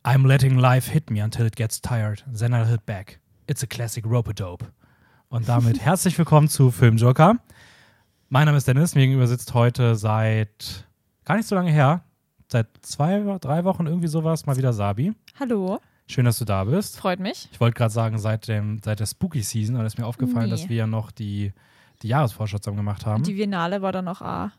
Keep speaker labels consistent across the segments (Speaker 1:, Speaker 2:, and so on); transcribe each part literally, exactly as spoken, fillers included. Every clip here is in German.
Speaker 1: I'm letting life hit me until it gets tired. Then I'll hit back. It's a classic rope-a-dope. Und damit herzlich willkommen zu Filmjoker. Mein Name ist Dennis. Mir gegenüber sitzt heute seit gar nicht so lange her, seit zwei, drei Wochen irgendwie sowas, mal wieder Sabi.
Speaker 2: Hallo.
Speaker 1: Schön, dass du da bist.
Speaker 2: Freut mich.
Speaker 1: Ich wollte gerade sagen, seit, dem, seit der Spooky Season, und es ist mir aufgefallen,
Speaker 2: Nee.
Speaker 1: dass wir ja noch die, die Jahresvorschau zusammen gemacht haben.
Speaker 2: Die Biennale war dann noch A.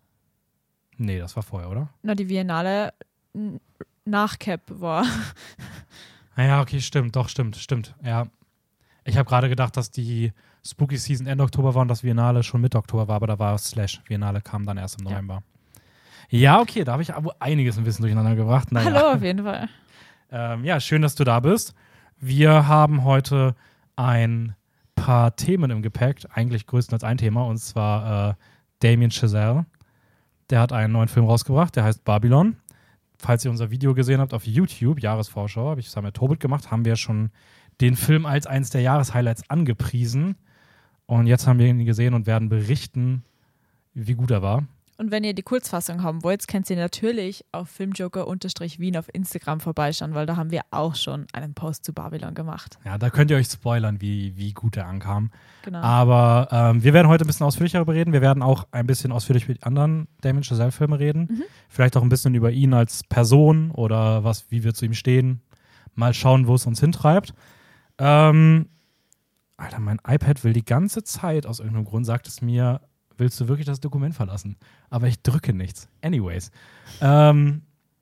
Speaker 1: Nee, das war vorher, oder?
Speaker 2: Na, die Biennale n- nach Cap war.
Speaker 1: Naja, okay, stimmt, doch, stimmt, stimmt, ja. Ich habe gerade gedacht, dass die Spooky Season Ende Oktober war und das Biennale schon Mitte Oktober war, aber da war Slash. Biennale kam dann erst im November. Ja, ja okay, da habe ich aber einiges ein bisschen durcheinander gebracht. Naja.
Speaker 2: Hallo, auf jeden Fall.
Speaker 1: Ähm, ja, schön, dass du da bist. Wir haben heute ein paar Themen im Gepäck, eigentlich größtenteils ein Thema, und zwar äh, Damien Chazelle. Der hat einen neuen Film rausgebracht, der heißt Babylon. Falls ihr unser Video gesehen habt auf YouTube, Jahresvorschau, habe ich zusammen mit Tobit gemacht, haben wir schon den Film als eines der Jahreshighlights angepriesen. Und jetzt haben wir ihn gesehen und werden berichten, wie gut er war.
Speaker 2: Und wenn ihr die Kurzfassung haben wollt, könnt ihr natürlich auf Filmjoker-Wien auf Instagram vorbeischauen, weil da haben wir auch schon einen Post zu Babylon gemacht.
Speaker 1: Ja, da könnt ihr euch spoilern, wie, wie gut er ankam.
Speaker 2: Genau.
Speaker 1: Aber ähm, wir werden heute ein bisschen ausführlicher darüber reden. Wir werden auch ein bisschen ausführlich über die anderen Damien Chazelle-Filme reden.
Speaker 2: Mhm.
Speaker 1: Vielleicht auch ein bisschen über ihn als Person oder was, wie wir zu ihm stehen. Mal schauen, wo es uns hintreibt. Ähm, Alter, mein iPad will die ganze Zeit, aus irgendeinem Grund sagt es mir, willst du wirklich das Dokument verlassen? Aber ich drücke nichts. Anyways. Ähm,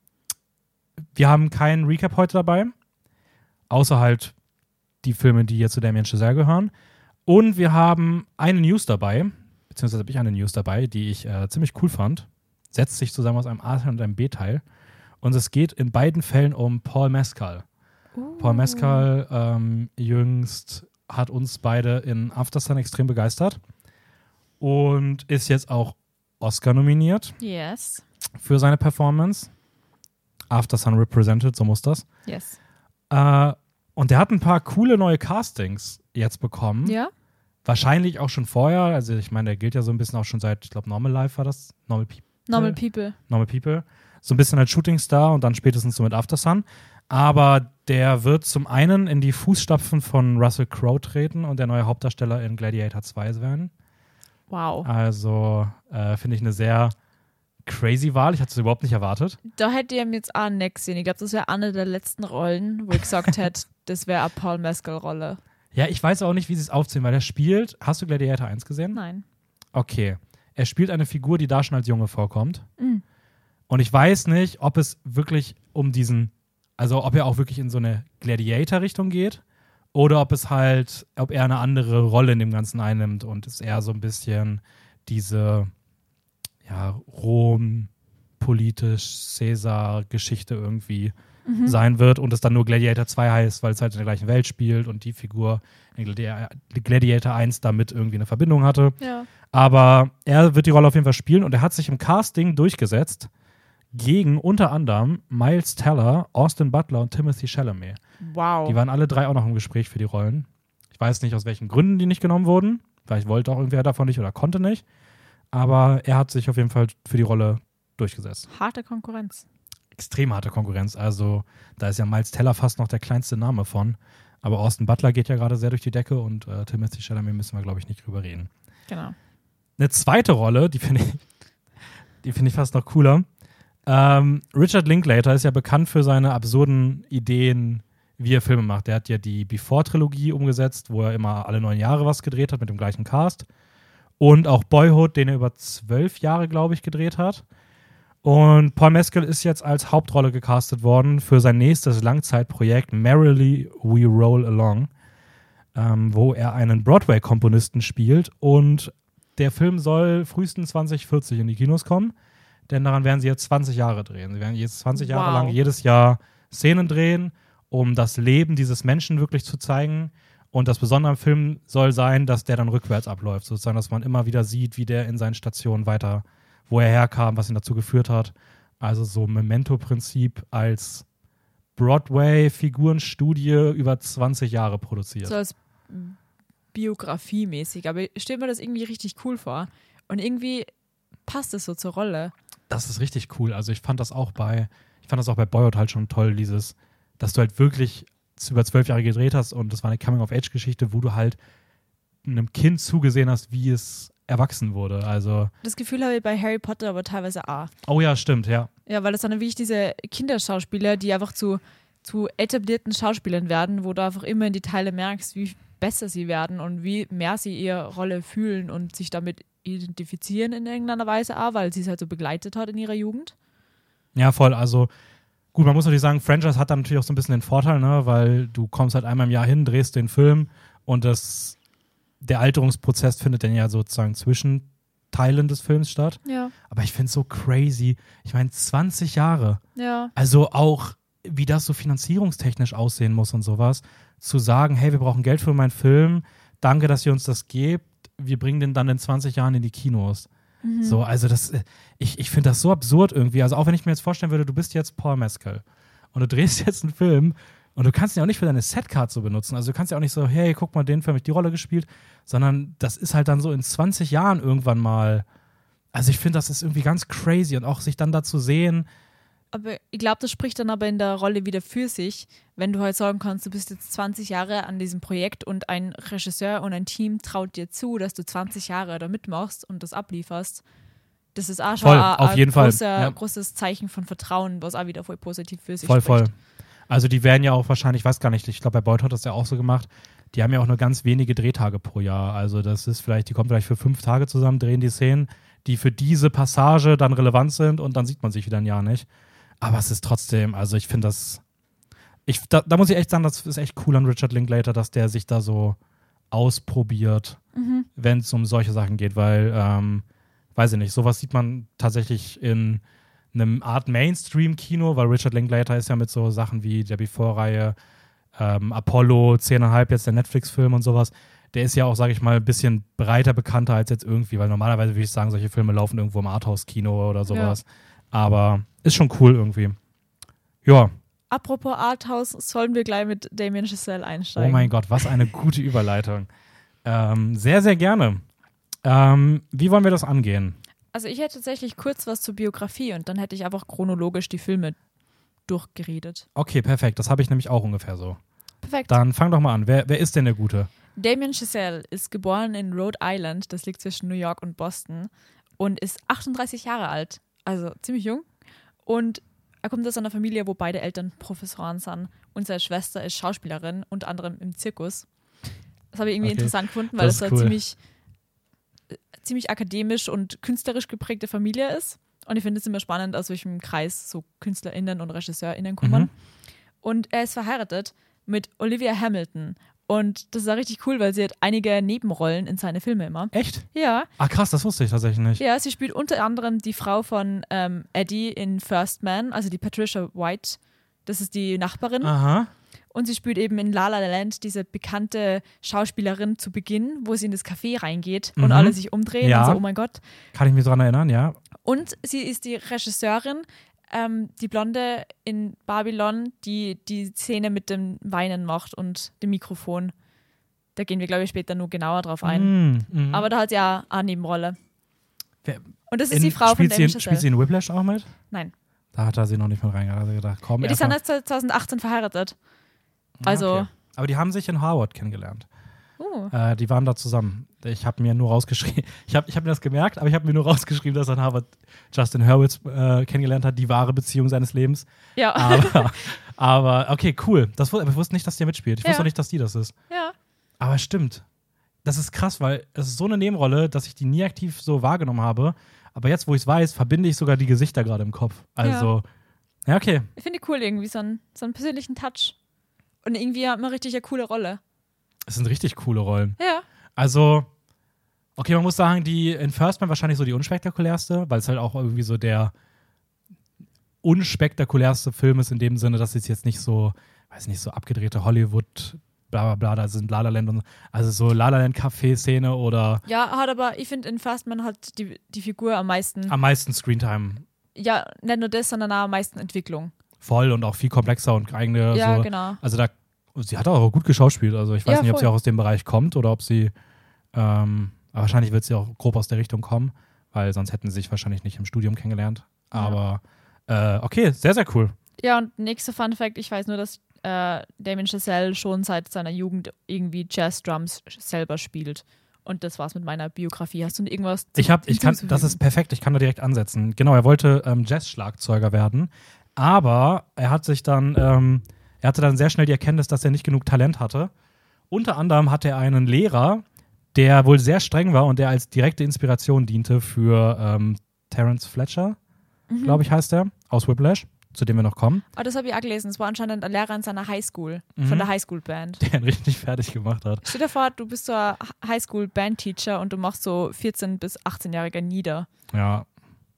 Speaker 1: wir haben keinen Recap heute dabei. Außer halt die Filme, die jetzt zu Damien Chazelle gehören. Und wir haben eine News dabei, beziehungsweise habe ich eine News dabei, die ich äh, ziemlich cool fand. Setzt sich zusammen aus einem A-Teil und einem B-Teil. Und es geht in beiden Fällen um Paul Mescal.
Speaker 2: Uh.
Speaker 1: Paul Mescal ähm, jüngst hat uns beide in After Sun extrem begeistert. Und ist jetzt auch Oscar nominiert
Speaker 2: Yes.
Speaker 1: für seine Performance. After Sun represented, so muss das.
Speaker 2: Yes.
Speaker 1: Äh, und der hat ein paar coole neue Castings jetzt bekommen.
Speaker 2: Ja?
Speaker 1: Wahrscheinlich auch schon vorher. Also ich meine, der gilt ja so ein bisschen auch schon seit, ich glaube, Normal Life war das. Normal People.
Speaker 2: Normal People.
Speaker 1: Normal People. So ein bisschen als Shooting Star und dann spätestens so mit After Sun. Aber der wird zum einen in die Fußstapfen von Russell Crowe treten und der neue Hauptdarsteller in Gladiator zwei werden.
Speaker 2: Wow.
Speaker 1: Also äh, finde ich eine sehr crazy Wahl. Ich hatte es überhaupt nicht erwartet.
Speaker 2: Da hätte ich mir jetzt auch nicht gesehen. Ich glaube, das wäre eine der letzten Rollen, wo ich gesagt hätte, das wäre eine Paul Mescal-Rolle.
Speaker 1: Ja, ich weiß auch nicht, wie sie es aufziehen, weil er spielt. Hast du Gladiator eins gesehen?
Speaker 2: Nein.
Speaker 1: Okay. Er spielt eine Figur, die da schon als Junge vorkommt.
Speaker 2: Mhm.
Speaker 1: Und ich weiß nicht, ob es wirklich um diesen, also ob er auch wirklich in so eine Gladiator-Richtung geht oder ob es halt, ob er eine andere Rolle in dem Ganzen einnimmt und es eher so ein bisschen diese, ja, Rom, politisch, Caesar-Geschichte irgendwie
Speaker 2: Mhm.
Speaker 1: sein wird und es dann nur Gladiator zwei heißt, weil es halt in der gleichen Welt spielt und die Figur in Gladi- Gladiator eins damit irgendwie eine Verbindung hatte.
Speaker 2: Ja.
Speaker 1: Aber er wird die Rolle auf jeden Fall spielen und er hat sich im Casting durchgesetzt gegen unter anderem Miles Teller, Austin Butler und Timothée Chalamet.
Speaker 2: Wow.
Speaker 1: Die waren alle drei auch noch im Gespräch für die Rollen. Ich weiß nicht, aus welchen Gründen die nicht genommen wurden. Vielleicht wollte auch irgendwer davon nicht oder konnte nicht. Aber er hat sich auf jeden Fall für die Rolle durchgesetzt.
Speaker 2: Harte Konkurrenz.
Speaker 1: Extrem harte Konkurrenz. Also da ist ja Miles Teller fast noch der kleinste Name von. Aber Austin Butler geht ja gerade sehr durch die Decke und äh, Timothée Chalamet müssen wir, glaube ich, nicht drüber reden.
Speaker 2: Genau.
Speaker 1: Eine zweite Rolle, die finde ich, die finde ich fast noch cooler. Ähm, Richard Linklater ist ja bekannt für seine absurden Ideen, wie er Filme macht. Der hat ja die Before-Trilogie umgesetzt, wo er immer alle neun Jahre was gedreht hat mit dem gleichen Cast. Und auch Boyhood, den er über zwölf Jahre, glaube ich, gedreht hat. Und Paul Mescal ist jetzt als Hauptrolle gecastet worden für sein nächstes Langzeitprojekt Merrily We Roll Along, ähm, wo er einen Broadway-Komponisten spielt. Und der Film soll frühestens zwanzig vierzig in die Kinos kommen, denn daran werden sie jetzt zwanzig Jahre drehen. Sie werden jetzt zwanzig Jahre
Speaker 2: Wow.
Speaker 1: lang jedes Jahr Szenen drehen, um das Leben dieses Menschen wirklich zu zeigen. Und das Besondere am Film soll sein, dass der dann rückwärts abläuft, sozusagen, dass man immer wieder sieht, wie der in seinen Stationen weiter, wo er herkam, was ihn dazu geführt hat. Also so Memento-Prinzip als Broadway-Figurenstudie über zwanzig Jahre produziert.
Speaker 2: So als biografiemäßig, aber ich stelle mir das irgendwie richtig cool vor. Und irgendwie passt es so zur Rolle.
Speaker 1: Das ist richtig cool. Also ich fand das auch bei, ich fand das auch bei Boyhood halt schon toll, dieses, dass du halt wirklich über zwölf Jahre gedreht hast und das war eine Coming-of-Age-Geschichte, wo du halt einem Kind zugesehen hast, wie es erwachsen wurde. Also
Speaker 2: Das Gefühl habe ich bei Harry Potter aber teilweise auch.
Speaker 1: oh ja, stimmt, ja.
Speaker 2: Ja, weil das dann wirklich diese Kinderschauspieler, die einfach zu, zu etablierten Schauspielern werden, wo du einfach immer in die Teile merkst, wie besser sie werden und wie mehr sie ihre Rolle fühlen und sich damit identifizieren in irgendeiner Weise auch, weil sie es halt so begleitet hat in ihrer Jugend.
Speaker 1: Ja, voll. Also gut, man muss natürlich sagen, Franchise hat dann natürlich auch so ein bisschen den Vorteil, ne, weil du kommst halt einmal im Jahr hin, drehst den Film und das, der Alterungsprozess findet dann ja sozusagen zwischen Teilen des Films statt.
Speaker 2: Ja.
Speaker 1: Aber ich finde es so crazy. Ich meine, zwanzig Jahre.
Speaker 2: Ja.
Speaker 1: Also auch, wie das so finanzierungstechnisch aussehen muss und sowas. Zu sagen, hey, wir brauchen Geld für meinen Film. Danke, dass ihr uns das gebt. Wir bringen den dann in zwanzig Jahren in die Kinos. Mhm. So, also das, ich, ich finde das so absurd irgendwie. Also auch wenn ich mir jetzt vorstellen würde, du bist jetzt Paul Mescal und du drehst jetzt einen Film und du kannst ihn auch nicht für deine Setcard so benutzen. Also du kannst ja auch nicht so, hey, guck mal, den Film habe ich die Rolle gespielt, sondern das ist halt dann so in zwanzig Jahren irgendwann mal. Also ich finde, das ist irgendwie ganz crazy und auch sich dann dazu sehen.
Speaker 2: Aber ich glaube, das spricht dann aber in der Rolle wieder für sich, wenn du halt sagen kannst, du bist jetzt zwanzig Jahre an diesem Projekt und ein Regisseur und ein Team traut dir zu, dass du zwanzig Jahre da mitmachst und das ablieferst. Das ist auch schon
Speaker 1: voll,
Speaker 2: ein,
Speaker 1: auf
Speaker 2: ein
Speaker 1: jeden
Speaker 2: großer,
Speaker 1: Fall. Ja.
Speaker 2: großes Zeichen von Vertrauen, was auch wieder voll positiv für sich
Speaker 1: voll,
Speaker 2: spricht.
Speaker 1: Voll, voll. Also die werden ja auch wahrscheinlich, ich weiß gar nicht, ich glaube bei Boyd hat das ja auch so gemacht, die haben ja auch nur ganz wenige Drehtage pro Jahr. Also das ist vielleicht, die kommen vielleicht für fünf Tage zusammen, drehen die Szenen, die für diese Passage dann relevant sind und dann sieht man sich wieder ein Jahr nicht. Aber es ist trotzdem, also ich finde das, ich, da, da muss ich echt sagen, das ist echt cool an Richard Linklater, dass der sich da so ausprobiert, mhm. wenn es um solche Sachen geht, weil, ähm, weiß ich nicht, sowas sieht man tatsächlich in einem Art Mainstream-Kino, weil Richard Linklater ist ja mit so Sachen wie der Before-Reihe, ähm, Apollo, zehn Komma fünf, jetzt der Netflix-Film und sowas, der ist ja auch, sage ich mal, ein bisschen breiter bekannter als jetzt irgendwie, weil normalerweise würde ich sagen, solche Filme laufen irgendwo im Arthouse-Kino oder sowas. Ja. Aber ist schon cool irgendwie. Ja.
Speaker 2: Apropos Arthouse, sollen wir gleich mit Damien Chazelle einsteigen?
Speaker 1: Oh mein Gott, was eine gute Überleitung. Ähm, sehr, sehr gerne. Ähm, wie wollen wir das angehen?
Speaker 2: Also ich hätte tatsächlich kurz was zur Biografie und dann hätte ich einfach chronologisch die Filme durchgeredet.
Speaker 1: Okay, perfekt. Das habe ich nämlich auch ungefähr so.
Speaker 2: Perfekt.
Speaker 1: Dann fang doch mal an. Wer, wer ist denn der Gute?
Speaker 2: Damien Chazelle ist geboren in Rhode Island, das liegt zwischen New York und Boston, und ist achtunddreißig Jahre alt, also ziemlich jung. Und er kommt aus einer Familie, wo beide Eltern Professoren sind. Und seine Schwester ist Schauspielerin, unter anderem im Zirkus. Das habe ich irgendwie okay. interessant gefunden, weil es eine cool. ziemlich, ziemlich akademisch und künstlerisch geprägte Familie ist. Und ich finde es immer spannend, aus welchem Kreis so KünstlerInnen und RegisseurInnen kommen. Mhm. Und er ist verheiratet mit Olivia Hamilton. Und das ist auch richtig cool, weil sie hat einige Nebenrollen in seine Filme immer.
Speaker 1: Echt?
Speaker 2: Ja.
Speaker 1: Ah, krass, das wusste ich tatsächlich nicht.
Speaker 2: Ja, sie spielt unter anderem die Frau von ähm, Eddie in First Man, also die Patricia White. Das ist die Nachbarin.
Speaker 1: Aha.
Speaker 2: Und sie spielt eben in La La Land diese bekannte Schauspielerin zu Beginn, wo sie in das Café reingeht mhm. und alle sich umdrehen
Speaker 1: ja.
Speaker 2: und so, oh mein Gott.
Speaker 1: Kann ich mich daran erinnern, ja.
Speaker 2: Und sie ist die Regisseurin, ähm, die Blonde in Babylon, die die Szene mit dem Weinen macht und dem Mikrofon. Da gehen wir, glaube ich, später nur genauer drauf ein.
Speaker 1: Mm, mm.
Speaker 2: Aber da hat sie ja eine Nebenrolle.
Speaker 1: Wer,
Speaker 2: und das ist
Speaker 1: in,
Speaker 2: die Frau von Damien Chazelle.
Speaker 1: Spielt sie in Whiplash auch mit?
Speaker 2: Nein.
Speaker 1: Da hat er sie noch nicht mit reingegangen. Also gedacht, komm,
Speaker 2: ja, die sind erst zwanzig achtzehn verheiratet. Also.
Speaker 1: Okay. Aber die haben sich in Harvard kennengelernt.
Speaker 2: Uh.
Speaker 1: Äh, die waren da zusammen. Ich habe mir nur rausgeschrieben, ich habe ich hab mir das gemerkt, aber ich habe mir nur rausgeschrieben, dass er in Harvard Justin Hurwitz äh, kennengelernt hat, die wahre Beziehung seines Lebens.
Speaker 2: Ja.
Speaker 1: Aber, aber okay, cool. Das, aber ich wusste nicht, dass die mitspielt. Ich
Speaker 2: ja.
Speaker 1: wusste auch nicht, dass die das ist.
Speaker 2: Ja.
Speaker 1: Aber stimmt. Das ist krass, weil es ist so eine Nebenrolle, dass ich die nie aktiv so wahrgenommen habe. Aber jetzt, wo ich es weiß, verbinde ich sogar die Gesichter gerade im Kopf. Also, ja, ja okay.
Speaker 2: Ich finde die cool irgendwie, so einen, so einen persönlichen Touch. Und irgendwie hat man richtig eine coole Rolle.
Speaker 1: Es sind richtig coole Rollen.
Speaker 2: Ja.
Speaker 1: Also, okay, man muss sagen, die in First Man wahrscheinlich so die unspektakulärste, weil es halt auch irgendwie so der unspektakulärste Film ist in dem Sinne, dass es jetzt nicht so, weiß nicht, so abgedrehte Hollywood, bla bla bla, da sind La La Land und also so La La Land Café-Szene oder.
Speaker 2: Ja, hat aber, ich finde, in First Man hat die, die Figur am meisten.
Speaker 1: Am meisten Screentime.
Speaker 2: Ja, nicht nur das, sondern auch am meisten Entwicklung.
Speaker 1: Voll und auch viel komplexer und eigene.
Speaker 2: Ja,
Speaker 1: so,
Speaker 2: genau.
Speaker 1: Also da, sie hat auch gut geschauspielt. Also ich weiß
Speaker 2: ja,
Speaker 1: nicht, ob
Speaker 2: voll.
Speaker 1: sie auch aus dem Bereich kommt oder ob sie, ähm, aber wahrscheinlich wird sie auch grob aus der Richtung kommen, weil sonst hätten sie sich wahrscheinlich nicht im Studium kennengelernt. Aber ja. äh, okay, sehr, sehr cool.
Speaker 2: Ja, und nächster Fun Fact, ich weiß nur, dass äh, Damien Chazelle schon seit seiner Jugend irgendwie Jazz-Drums selber spielt. Und das war's mit meiner Biografie. Hast du irgendwas zu
Speaker 1: Ich hab, ich kann, das ist perfekt, ich kann da direkt ansetzen. Genau, er wollte ähm, Jazz-Schlagzeuger werden, aber er hat sich dann, ähm, er hatte dann sehr schnell die Erkenntnis, dass er nicht genug Talent hatte. Unter anderem hatte er einen Lehrer, der wohl sehr streng war und der als direkte Inspiration diente für ähm, Terence Fletcher, mhm. glaube ich, heißt er, aus Whiplash, zu dem wir noch kommen.
Speaker 2: Ah, das habe ich auch gelesen. Es war anscheinend ein Lehrer in seiner Highschool,
Speaker 1: mhm.
Speaker 2: von der Highschool-Band.
Speaker 1: Der ihn richtig fertig gemacht hat.
Speaker 2: Stell dir vor, du bist so ein Highschool-Band-Teacher und du machst so vierzehn- bis achtzehn-Jährige nieder.
Speaker 1: Ja,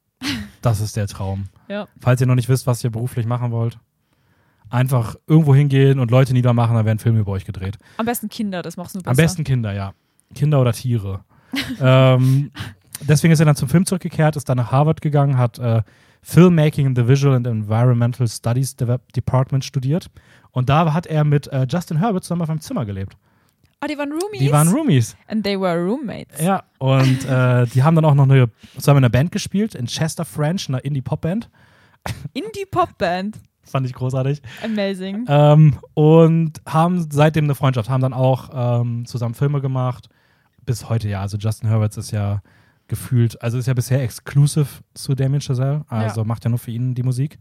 Speaker 1: das ist der Traum.
Speaker 2: Ja.
Speaker 1: Falls ihr noch nicht wisst, was ihr beruflich machen wollt, einfach irgendwo hingehen und Leute niedermachen, dann werden Filme über euch gedreht.
Speaker 2: Am besten Kinder, das machst du besser.
Speaker 1: Am besten Kinder, ja. Kinder oder Tiere. ähm, deswegen ist er dann zum Film zurückgekehrt, ist dann nach Harvard gegangen, hat äh, Filmmaking in the Visual and Environmental Studies De- Department studiert. Und da hat er mit äh, Justin Herbert zusammen auf einem Zimmer gelebt.
Speaker 2: Ah, die waren Roomies?
Speaker 1: Die waren Roomies.
Speaker 2: And they were roommates.
Speaker 1: Ja, und äh, die haben dann auch noch eine, zusammen in einer Band gespielt, in Chester French, einer Indie-Pop-Band.
Speaker 2: Indie-Pop-Band?
Speaker 1: Fand ich großartig.
Speaker 2: Amazing.
Speaker 1: Ähm, und haben seitdem eine Freundschaft, haben dann auch ähm, zusammen Filme gemacht. Bis heute ja. Also Justin Herbert ist ja gefühlt, also ist ja bisher exclusive zu Damien Chazelle. Also ja. macht ja nur für ihn die Musik.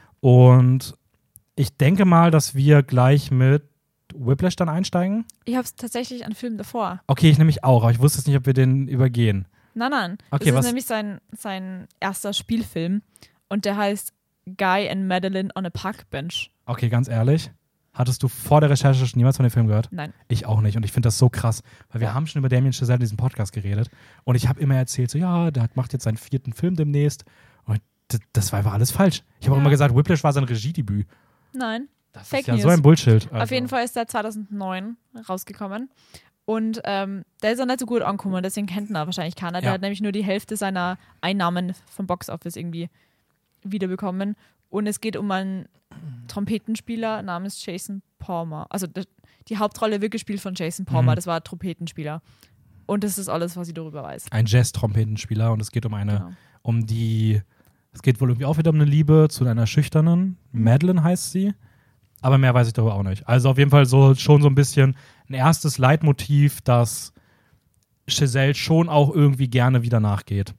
Speaker 1: Und ich denke mal, dass wir gleich mit Whiplash dann einsteigen.
Speaker 2: Ich habe tatsächlich einen Film davor.
Speaker 1: Okay, ich nämlich auch, aber ich wusste jetzt nicht, ob wir den übergehen.
Speaker 2: Nein, nein.
Speaker 1: Okay,
Speaker 2: das
Speaker 1: was?
Speaker 2: ist nämlich sein, sein erster Spielfilm und der heißt Guy and Madeline on a Park Bench.
Speaker 1: Okay, ganz ehrlich, hattest du vor der Recherche schon niemals von dem Film gehört?
Speaker 2: Nein.
Speaker 1: Ich auch nicht und ich finde das so krass, weil wir ja. haben schon über Damien Chazelle in diesem Podcast geredet und ich habe immer erzählt, so ja, der macht jetzt seinen vierten Film demnächst und das, das war einfach alles falsch. Ich habe ja. auch immer gesagt, Whiplash war sein Regiedebüt.
Speaker 2: Nein.
Speaker 1: Das
Speaker 2: Fake
Speaker 1: ist ja
Speaker 2: News.
Speaker 1: so ein Bullshit. Also.
Speaker 2: Auf jeden Fall ist der zweitausendneun rausgekommen und ähm, der ist auch nicht so gut angekommen, deswegen kennt ihn wahrscheinlich keiner. Der
Speaker 1: ja.
Speaker 2: hat nämlich nur die Hälfte seiner Einnahmen vom Boxoffice irgendwie wiederbekommen und es geht um einen Trompetenspieler namens Jason Palmer. Also die, die Hauptrolle wird gespielt von Jason Palmer, mhm. das war ein Trompetenspieler. Und das ist alles, was ich darüber weiß.
Speaker 1: Ein Jazz-Trompetenspieler und es geht um eine,
Speaker 2: genau.
Speaker 1: um die, es geht wohl irgendwie auch wieder um eine Liebe zu einer schüchternen, Madeline heißt sie. Aber mehr weiß ich darüber auch nicht. Also auf jeden Fall so schon so ein bisschen ein erstes Leitmotiv, das Chazelle schon auch irgendwie gerne wieder nachgeht.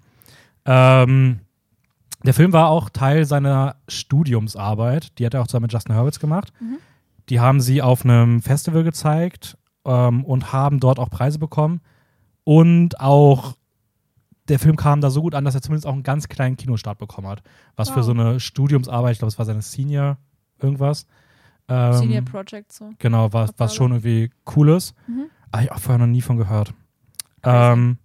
Speaker 1: Ähm, der Film war auch Teil seiner Studiumsarbeit. Die hat er auch zusammen mit Justin Hurwitz gemacht. Mhm. Die haben sie auf einem Festival gezeigt ähm, und haben dort auch Preise bekommen. Und auch der Film kam da so gut an, dass er zumindest auch einen ganz kleinen Kinostart bekommen hat. Was wow. für so eine Studiumsarbeit, ich glaube, es war seine Senior irgendwas. Ähm,
Speaker 2: Senior Project so.
Speaker 1: Genau, was, was schon irgendwie cool ist. Mhm. Aber ich habe vorher noch nie von gehört. Ähm,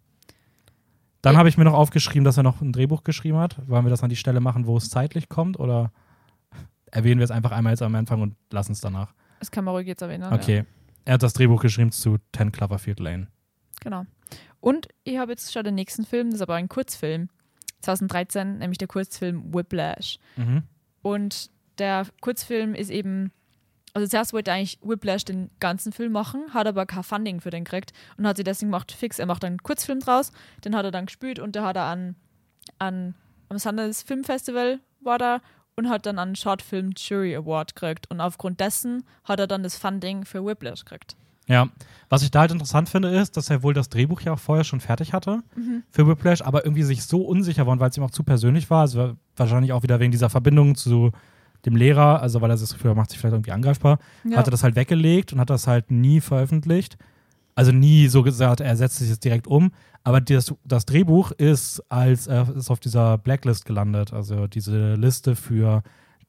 Speaker 1: dann habe ich mir noch aufgeschrieben, dass er noch ein Drehbuch geschrieben hat. Wollen wir das an die Stelle machen, wo es zeitlich kommt? Oder erwähnen wir es einfach einmal jetzt am Anfang und lassen es danach?
Speaker 2: Das kann man ruhig jetzt erwähnen.
Speaker 1: Okay.
Speaker 2: Ja.
Speaker 1: Er hat das Drehbuch geschrieben zu ten Cloverfield Lane.
Speaker 2: Genau. Und ich habe jetzt schon den nächsten Film, das ist aber ein Kurzfilm. zweitausenddreizehn, nämlich der Kurzfilm Whiplash.
Speaker 1: Mhm.
Speaker 2: Und der Kurzfilm ist eben, also zuerst wollte eigentlich Whiplash den ganzen Film machen, hat aber kein Funding für den gekriegt und hat sich deswegen gemacht, fix, er macht einen Kurzfilm draus, den hat er dann gespielt und der hat er an, an am Sundance Film Festival war da und hat dann einen Short Film Jury Award gekriegt und aufgrund dessen hat er dann das Funding für Whiplash gekriegt.
Speaker 1: Ja, was ich da halt interessant finde, ist, dass er wohl das Drehbuch ja auch vorher schon fertig hatte mhm. für Whiplash, aber irgendwie sich so unsicher war, weil es ihm auch zu persönlich war, also wahrscheinlich auch wieder wegen dieser Verbindung zu dem Lehrer, also weil er das Gefühl macht sich vielleicht irgendwie angreifbar, ja. hat er das halt weggelegt und hat das halt nie veröffentlicht. Also nie so gesagt, er setzt sich jetzt direkt um, aber das, das Drehbuch ist als äh, ist auf dieser Blacklist gelandet, also diese Liste für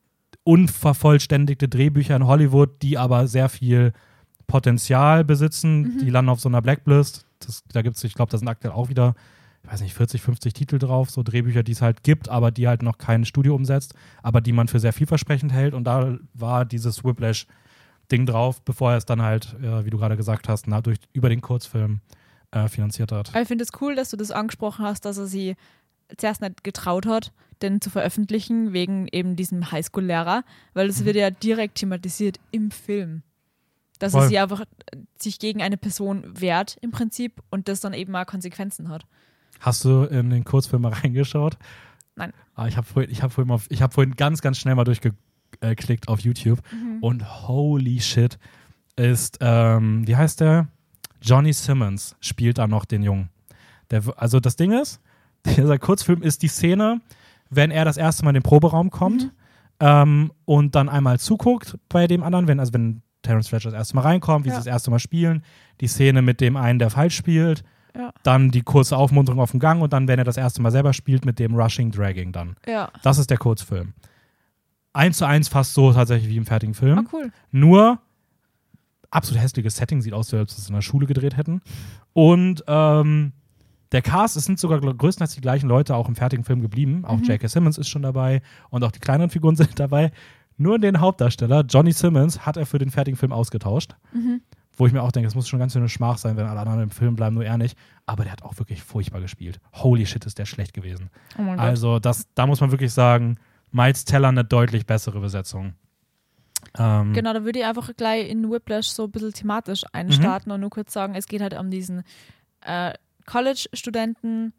Speaker 1: unvervollständigte Drehbücher in Hollywood, die aber sehr viel Potenzial besitzen, mhm. die landen auf so einer Blacklist. Das, da gibt es, ich glaube, da sind aktuell auch wieder, ich weiß nicht, vierzig, fünfzig Titel drauf, so Drehbücher, die es halt gibt, aber die halt noch kein Studio umsetzt, aber die man für sehr vielversprechend hält. Und da war dieses Whiplash-Ding drauf, bevor er es dann halt, äh, wie du gerade gesagt hast, na, durch, über den Kurzfilm äh, finanziert hat.
Speaker 2: Ich finde es cool, dass du das angesprochen hast, dass er sie zuerst nicht getraut hat, den zu veröffentlichen, wegen eben diesem Highschool-Lehrer, weil das mhm. wird ja direkt thematisiert im Film. Dass
Speaker 1: Voll.
Speaker 2: es sie einfach sich gegen eine Person wehrt im Prinzip und das dann eben mal Konsequenzen hat.
Speaker 1: Hast du in den Kurzfilm mal reingeschaut?
Speaker 2: Nein.
Speaker 1: Ah, ich habe vorhin, ich hab vorhin, mal, ich hab vorhin ganz, ganz schnell mal durchge, äh, klickt auf YouTube.
Speaker 2: Mhm.
Speaker 1: Und holy shit ist, ähm, wie heißt der? Johnny Simmons spielt da noch den Jungen. Der, also das Ding ist, dieser Kurzfilm ist die Szene, wenn er das erste Mal in den Proberaum kommt
Speaker 2: Mhm.
Speaker 1: ähm, und dann einmal zuguckt bei dem anderen, wenn, also wenn Terence Fletcher das erste Mal reinkommt, wie
Speaker 2: Ja.
Speaker 1: sie das erste Mal spielen, die Szene mit dem einen, der falsch spielt,
Speaker 2: Ja.
Speaker 1: dann die kurze Aufmunterung auf dem Gang und dann, wenn er das erste Mal selber spielt, mit dem Rushing Dragging dann.
Speaker 2: Ja.
Speaker 1: Das ist der Kurzfilm. Eins zu eins fast so tatsächlich wie im fertigen Film.
Speaker 2: Oh, cool.
Speaker 1: Nur absolut hässliches Setting, sieht aus, als ob sie es in der Schule gedreht hätten. Und ähm, der Cast, es sind sogar größtenteils die gleichen Leute auch im fertigen Film geblieben. Auch
Speaker 2: Mhm.
Speaker 1: J K. Simmons ist schon dabei und auch die kleineren Figuren sind dabei. Nur den Hauptdarsteller, Johnny Simmons, hat er für den fertigen Film ausgetauscht.
Speaker 2: Mhm.
Speaker 1: Wo ich mir auch denke, es muss schon ganz schön eine Schmach sein, wenn alle anderen im Film bleiben, nur er nicht. Aber der hat auch wirklich furchtbar gespielt. Holy shit, ist der schlecht gewesen.
Speaker 2: Oh mein Gott.
Speaker 1: Also das, da muss man wirklich sagen, Miles Teller eine deutlich bessere Besetzung. Ähm,
Speaker 2: Genau, da würde ich einfach gleich in Whiplash so ein bisschen thematisch einstarten und nur kurz sagen, es geht halt um diesen äh, College-Studenten,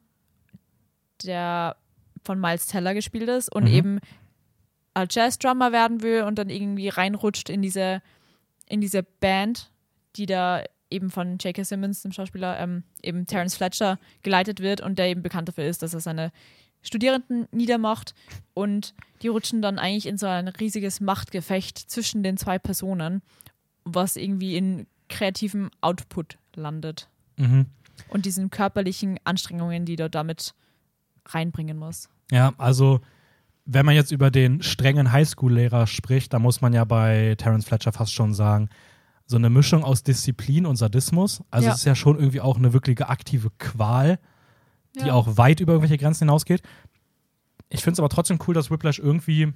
Speaker 2: der von Miles Teller gespielt ist und
Speaker 1: Mhm.
Speaker 2: eben äh, Jazz-Drummer werden will und dann irgendwie reinrutscht in diese, in diese Band, die da eben von J K. Simmons, dem Schauspieler, ähm, eben Terence Fletcher geleitet wird und der eben bekannt dafür ist, dass er seine Studierenden niedermacht und die rutschen dann eigentlich in so ein riesiges Machtgefecht zwischen den zwei Personen, was irgendwie in kreativem Output landet
Speaker 1: mhm.
Speaker 2: und diesen körperlichen Anstrengungen, die er damit reinbringen muss.
Speaker 1: Ja, also wenn man jetzt über den strengen Highschool-Lehrer spricht, da muss man ja bei Terence Fletcher fast schon sagen, so eine Mischung aus Disziplin und Sadismus. Also
Speaker 2: Ja.
Speaker 1: es ist ja schon irgendwie auch eine wirkliche aktive Qual, die
Speaker 2: Ja.
Speaker 1: auch weit über irgendwelche Grenzen hinausgeht. Ich finde es aber trotzdem cool, dass Whiplash irgendwie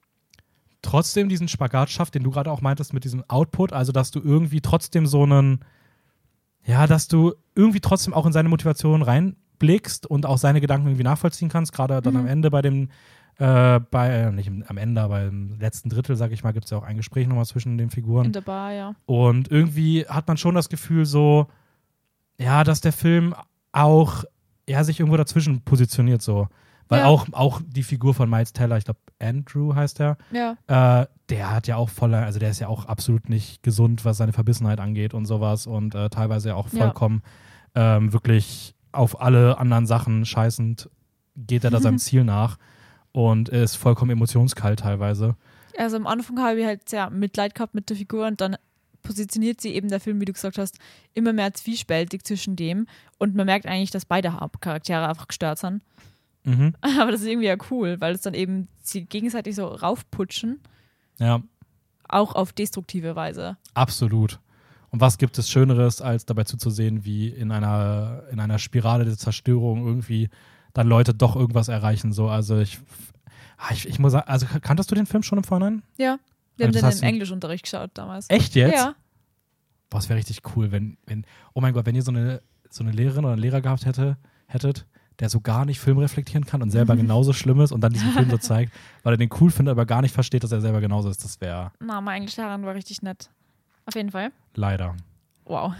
Speaker 1: trotzdem diesen Spagat schafft, den du gerade auch meintest mit diesem Output, also dass du irgendwie trotzdem so einen, ja, dass du irgendwie trotzdem auch in seine Motivation reinblickst und auch seine Gedanken irgendwie nachvollziehen kannst, gerade dann
Speaker 2: Mhm.
Speaker 1: am Ende bei dem, äh, bei, äh, nicht im, am Ende, aber im letzten Drittel, sag ich mal, gibt es ja auch ein Gespräch nochmal zwischen den Figuren.
Speaker 2: In der Bar, ja.
Speaker 1: Und irgendwie hat man schon das Gefühl so, ja, dass der Film auch, ja, sich irgendwo dazwischen positioniert so. Weil
Speaker 2: Ja.
Speaker 1: auch, auch die Figur von Miles Teller, ich glaube Andrew heißt er,
Speaker 2: Ja.
Speaker 1: äh, der hat ja auch voller, also der ist ja auch absolut nicht gesund, was seine Verbissenheit angeht und sowas und äh, teilweise ja auch
Speaker 2: Ja.
Speaker 1: vollkommen ähm, wirklich auf alle anderen Sachen scheißend geht er da seinem Ziel nach und ist vollkommen emotionskalt teilweise.
Speaker 2: Also am Anfang habe ich halt sehr Mitleid gehabt mit der Figur und dann positioniert sie eben der Film, wie du gesagt hast, immer mehr zwiespältig zwischen dem und man merkt eigentlich, dass beide Hauptcharaktere einfach gestört sind.
Speaker 1: Mhm.
Speaker 2: Aber das ist irgendwie ja cool, weil es dann eben sie gegenseitig so raufputschen,
Speaker 1: Ja,
Speaker 2: auch auf destruktive Weise.
Speaker 1: absolut. Und was gibt es Schöneres, als dabei zuzusehen, wie in einer, in einer Spirale der Zerstörung irgendwie dann Leute doch irgendwas erreichen. So, also ich, ah, ich, ich muss sagen, also kanntest du den Film schon im Vorhinein?
Speaker 2: Ja, wir
Speaker 1: Also
Speaker 2: haben
Speaker 1: das
Speaker 2: den
Speaker 1: hast
Speaker 2: im
Speaker 1: du-
Speaker 2: Englischunterricht geschaut damals.
Speaker 1: Echt jetzt?
Speaker 2: Ja,
Speaker 1: Boah, es wäre richtig cool, wenn, wenn, oh mein Gott, wenn ihr so eine, so eine Lehrerin oder einen Lehrer gehabt hätte, hättet, der so gar nicht Film reflektieren kann und selber genauso schlimm ist und dann diesen Film so zeigt, weil er den cool findet, aber gar nicht versteht, dass er selber genauso ist. Das wäre
Speaker 2: na, mein Englischlehrerin war richtig nett. Auf jeden Fall.
Speaker 1: leider.
Speaker 2: Wow.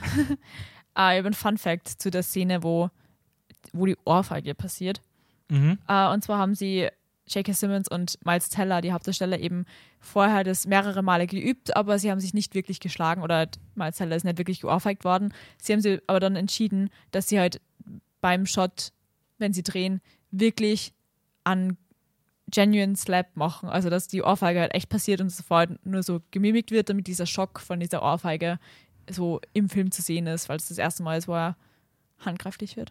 Speaker 2: ah, ich habe einen Fun-Fact zu der Szene, wo, wo die Ohrfeige passiert.
Speaker 1: Mhm.
Speaker 2: Uh, und zwar haben sie J K. Simmons und Miles Teller, die Hauptdarsteller, eben vorher das mehrere Male geübt, aber sie haben sich nicht wirklich geschlagen oder Miles Teller ist nicht wirklich geohrfeigt worden. Sie haben sie aber dann entschieden, dass sie halt beim Shot, wenn sie drehen, wirklich an genuine Slap machen. Also, dass die Ohrfeige halt echt passiert und sofort nur so gemimikt wird, damit dieser Schock von dieser Ohrfeige so im Film zu sehen ist, weil es das erste Mal ist, wo er handgreiflich wird.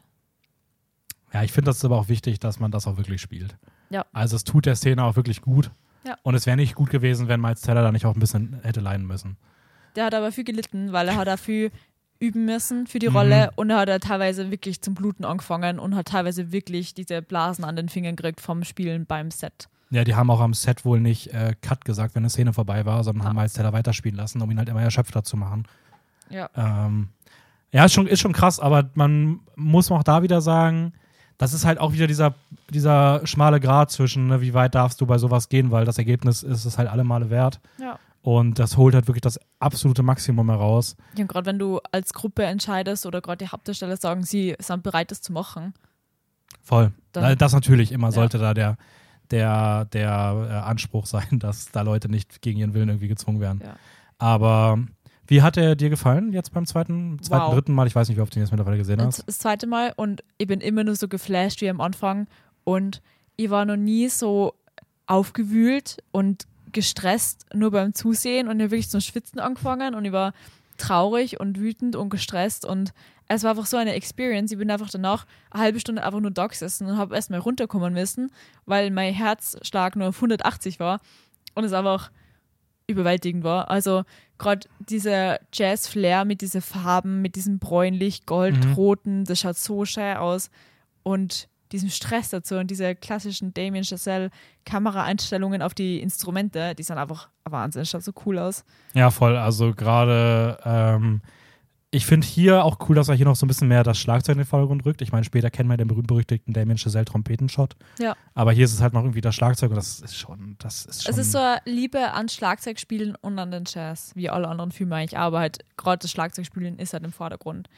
Speaker 1: Ja, ich finde das ist aber auch wichtig, dass man das auch wirklich spielt.
Speaker 2: Ja.
Speaker 1: Also es tut der Szene auch wirklich gut.
Speaker 2: Ja.
Speaker 1: Und es wäre nicht gut gewesen, wenn Miles Teller da nicht auch ein bisschen hätte leiden müssen.
Speaker 2: Der hat aber viel gelitten, weil er hat dafür üben müssen für die
Speaker 1: Mhm.
Speaker 2: Rolle und er hat er teilweise wirklich zum Bluten angefangen und hat teilweise wirklich diese Blasen an den Fingern gekriegt vom Spielen beim Set.
Speaker 1: Ja, die haben auch am Set wohl nicht äh, Cut gesagt, wenn eine Szene vorbei war, sondern
Speaker 2: Ah.
Speaker 1: haben Miles Teller weiterspielen lassen, um ihn halt immer erschöpfter zu machen.
Speaker 2: Ja.
Speaker 1: Ähm, ja, ist schon, ist schon krass, aber man muss auch da wieder sagen, das ist halt auch wieder dieser, dieser schmale Grat zwischen, ne, wie weit darfst du bei sowas gehen, weil das Ergebnis ist es halt alle Male wert.
Speaker 2: Ja.
Speaker 1: Und das holt halt wirklich das absolute Maximum heraus.
Speaker 2: Ja, und gerade wenn du als Gruppe entscheidest oder gerade die Hauptdarsteller sagen, sie sind bereit, das zu machen.
Speaker 1: Voll.
Speaker 2: Dann-
Speaker 1: Das natürlich immer sollte da der, der, der äh, Anspruch sein, dass da Leute nicht gegen ihren Willen irgendwie gezwungen werden.
Speaker 2: Ja.
Speaker 1: Aber wie hat er dir gefallen jetzt beim zweiten, zweiten
Speaker 2: Wow.
Speaker 1: dritten Mal? Ich weiß nicht, wie oft du ihn jetzt mittlerweile gesehen hast.
Speaker 2: Das, das zweite Mal und ich bin immer nur so geflasht wie am Anfang und ich war noch nie so aufgewühlt und gestresst nur beim Zusehen und ich habe wirklich zum Schwitzen angefangen und ich war traurig und wütend und gestresst und es war einfach so eine Experience. Ich bin einfach danach eine halbe Stunde einfach nur da gesessen und habe erstmal runterkommen müssen, weil mein Herzschlag nur auf hundertachtzig war und es einfach überwältigend war. Also gerade dieser Jazz-Flair mit diesen Farben, mit diesem bräunlich, goldroten, das schaut so schön aus und diesem Stress dazu und diese klassischen Damien Chazelle Kameraeinstellungen auf die Instrumente, die sind einfach Wahnsinn, schaut so cool aus.
Speaker 1: Ja, voll. Also gerade, ähm, ich finde hier auch cool, dass er hier noch so ein bisschen mehr das Schlagzeug in den Vordergrund rückt. Ich meine, später kennen wir den berühmt-berüchtigten Damien Chazelle Trompetenshot.
Speaker 2: Ja.
Speaker 1: Aber hier ist es halt noch irgendwie das Schlagzeug und das ist schon, das ist schon.
Speaker 2: Es ist so eine Liebe an Schlagzeugspielen und an den Jazz, wie alle anderen Filme eigentlich, aber halt gerade das Schlagzeugspielen ist halt im Vordergrund.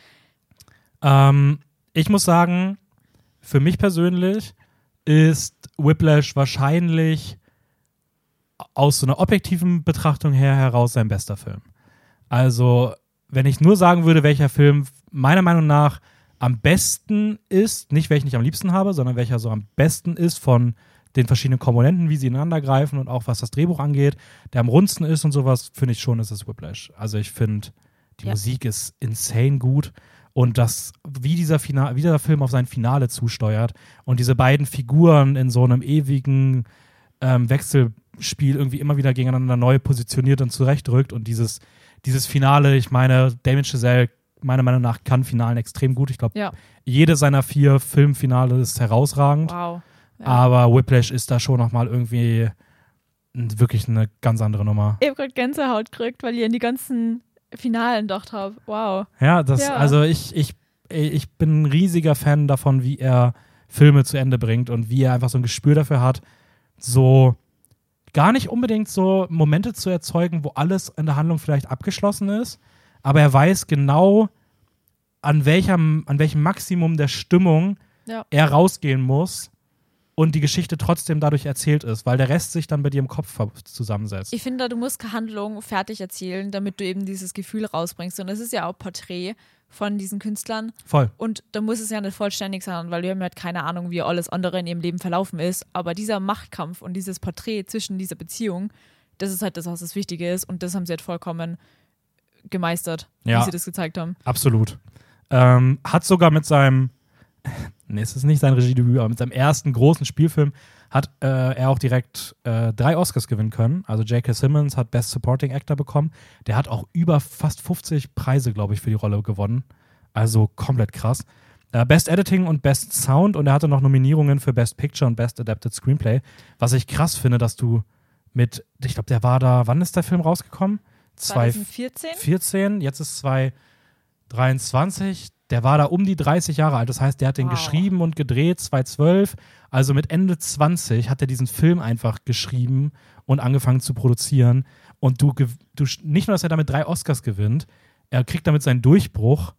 Speaker 1: Ähm, ich muss sagen, für mich persönlich ist Whiplash wahrscheinlich aus so einer objektiven Betrachtung her heraus sein bester Film. Also, wenn ich nur sagen würde, welcher Film meiner Meinung nach am besten ist, nicht welchen ich am liebsten habe, sondern welcher so am besten ist von den verschiedenen Komponenten, wie sie ineinander greifen und auch was das Drehbuch angeht, der am rundsten ist und sowas, finde ich schon, ist es Whiplash. Also ich finde, die
Speaker 2: Ja.
Speaker 1: Musik ist insane gut. Und das, wie dieser, Fina- wie dieser Film auf sein Finale zusteuert und diese beiden Figuren in so einem ewigen ähm, Wechselspiel irgendwie immer wieder gegeneinander neu positioniert und zurechtrückt und dieses, dieses Finale, ich meine, Damien Chazelle meiner Meinung nach kann Finalen extrem gut. Ich glaube,
Speaker 2: Ja.
Speaker 1: jede seiner vier Filmfinale ist herausragend,
Speaker 2: Wow. Ja.
Speaker 1: aber Whiplash ist da schon nochmal irgendwie n- wirklich eine ganz andere Nummer.
Speaker 2: Ich habe gerade Gänsehaut gekriegt, weil ich an die ganzen Finalen gedacht habe. Wow.
Speaker 1: Ja, das,
Speaker 2: Ja.
Speaker 1: also ich, ich, ich bin ein riesiger Fan davon, wie er Filme zu Ende bringt und wie er einfach so ein Gespür dafür hat, so gar nicht unbedingt so Momente zu erzeugen, wo alles in der Handlung vielleicht abgeschlossen ist, aber er weiß genau, an welchem, an welchem Maximum der Stimmung
Speaker 2: Ja.
Speaker 1: er rausgehen muss und die Geschichte trotzdem dadurch erzählt ist, weil der Rest sich dann bei dir im Kopf ver- zusammensetzt.
Speaker 2: Ich finde, du musst keine Handlung fertig erzählen, damit du eben dieses Gefühl rausbringst. Und es ist ja auch Porträt von diesen Künstlern.
Speaker 1: Voll.
Speaker 2: Und da muss es ja nicht vollständig sein, weil wir haben halt keine Ahnung, wie alles andere in ihrem Leben verlaufen ist. Aber dieser Machtkampf und dieses Porträt zwischen dieser Beziehung, das ist halt das, was das Wichtige ist. Und das haben sie halt vollkommen gemeistert,
Speaker 1: Ja.
Speaker 2: wie sie das gezeigt haben.
Speaker 1: Absolut. Ähm, hat sogar mit seinem, nee, es ist nicht sein Regiedebüt, aber mit seinem ersten großen Spielfilm hat äh, er auch direkt äh, drei Oscars gewinnen können. Also J K. Simmons hat Best Supporting Actor bekommen. Der hat auch über fast fünfzig Preise, glaube ich, für die Rolle gewonnen. Also komplett krass. Äh, Best Editing und Best Sound und er hatte noch Nominierungen für Best Picture und Best Adapted Screenplay. Was ich krass finde, dass du mit, ich glaube, der war da, wann ist der Film rausgekommen?
Speaker 2: zwanzig vierzehn?
Speaker 1: vierzehn, jetzt ist zwanzig dreiundzwanzig, der war da um die dreißig Jahre alt. Das heißt, der hat den
Speaker 2: Wow.
Speaker 1: geschrieben und gedreht, zwanzig zwölf. Also mit Ende zwanzig hat er diesen Film einfach geschrieben und angefangen zu produzieren. Und du, gew- du nicht nur, dass er damit drei Oscars gewinnt, er kriegt damit seinen Durchbruch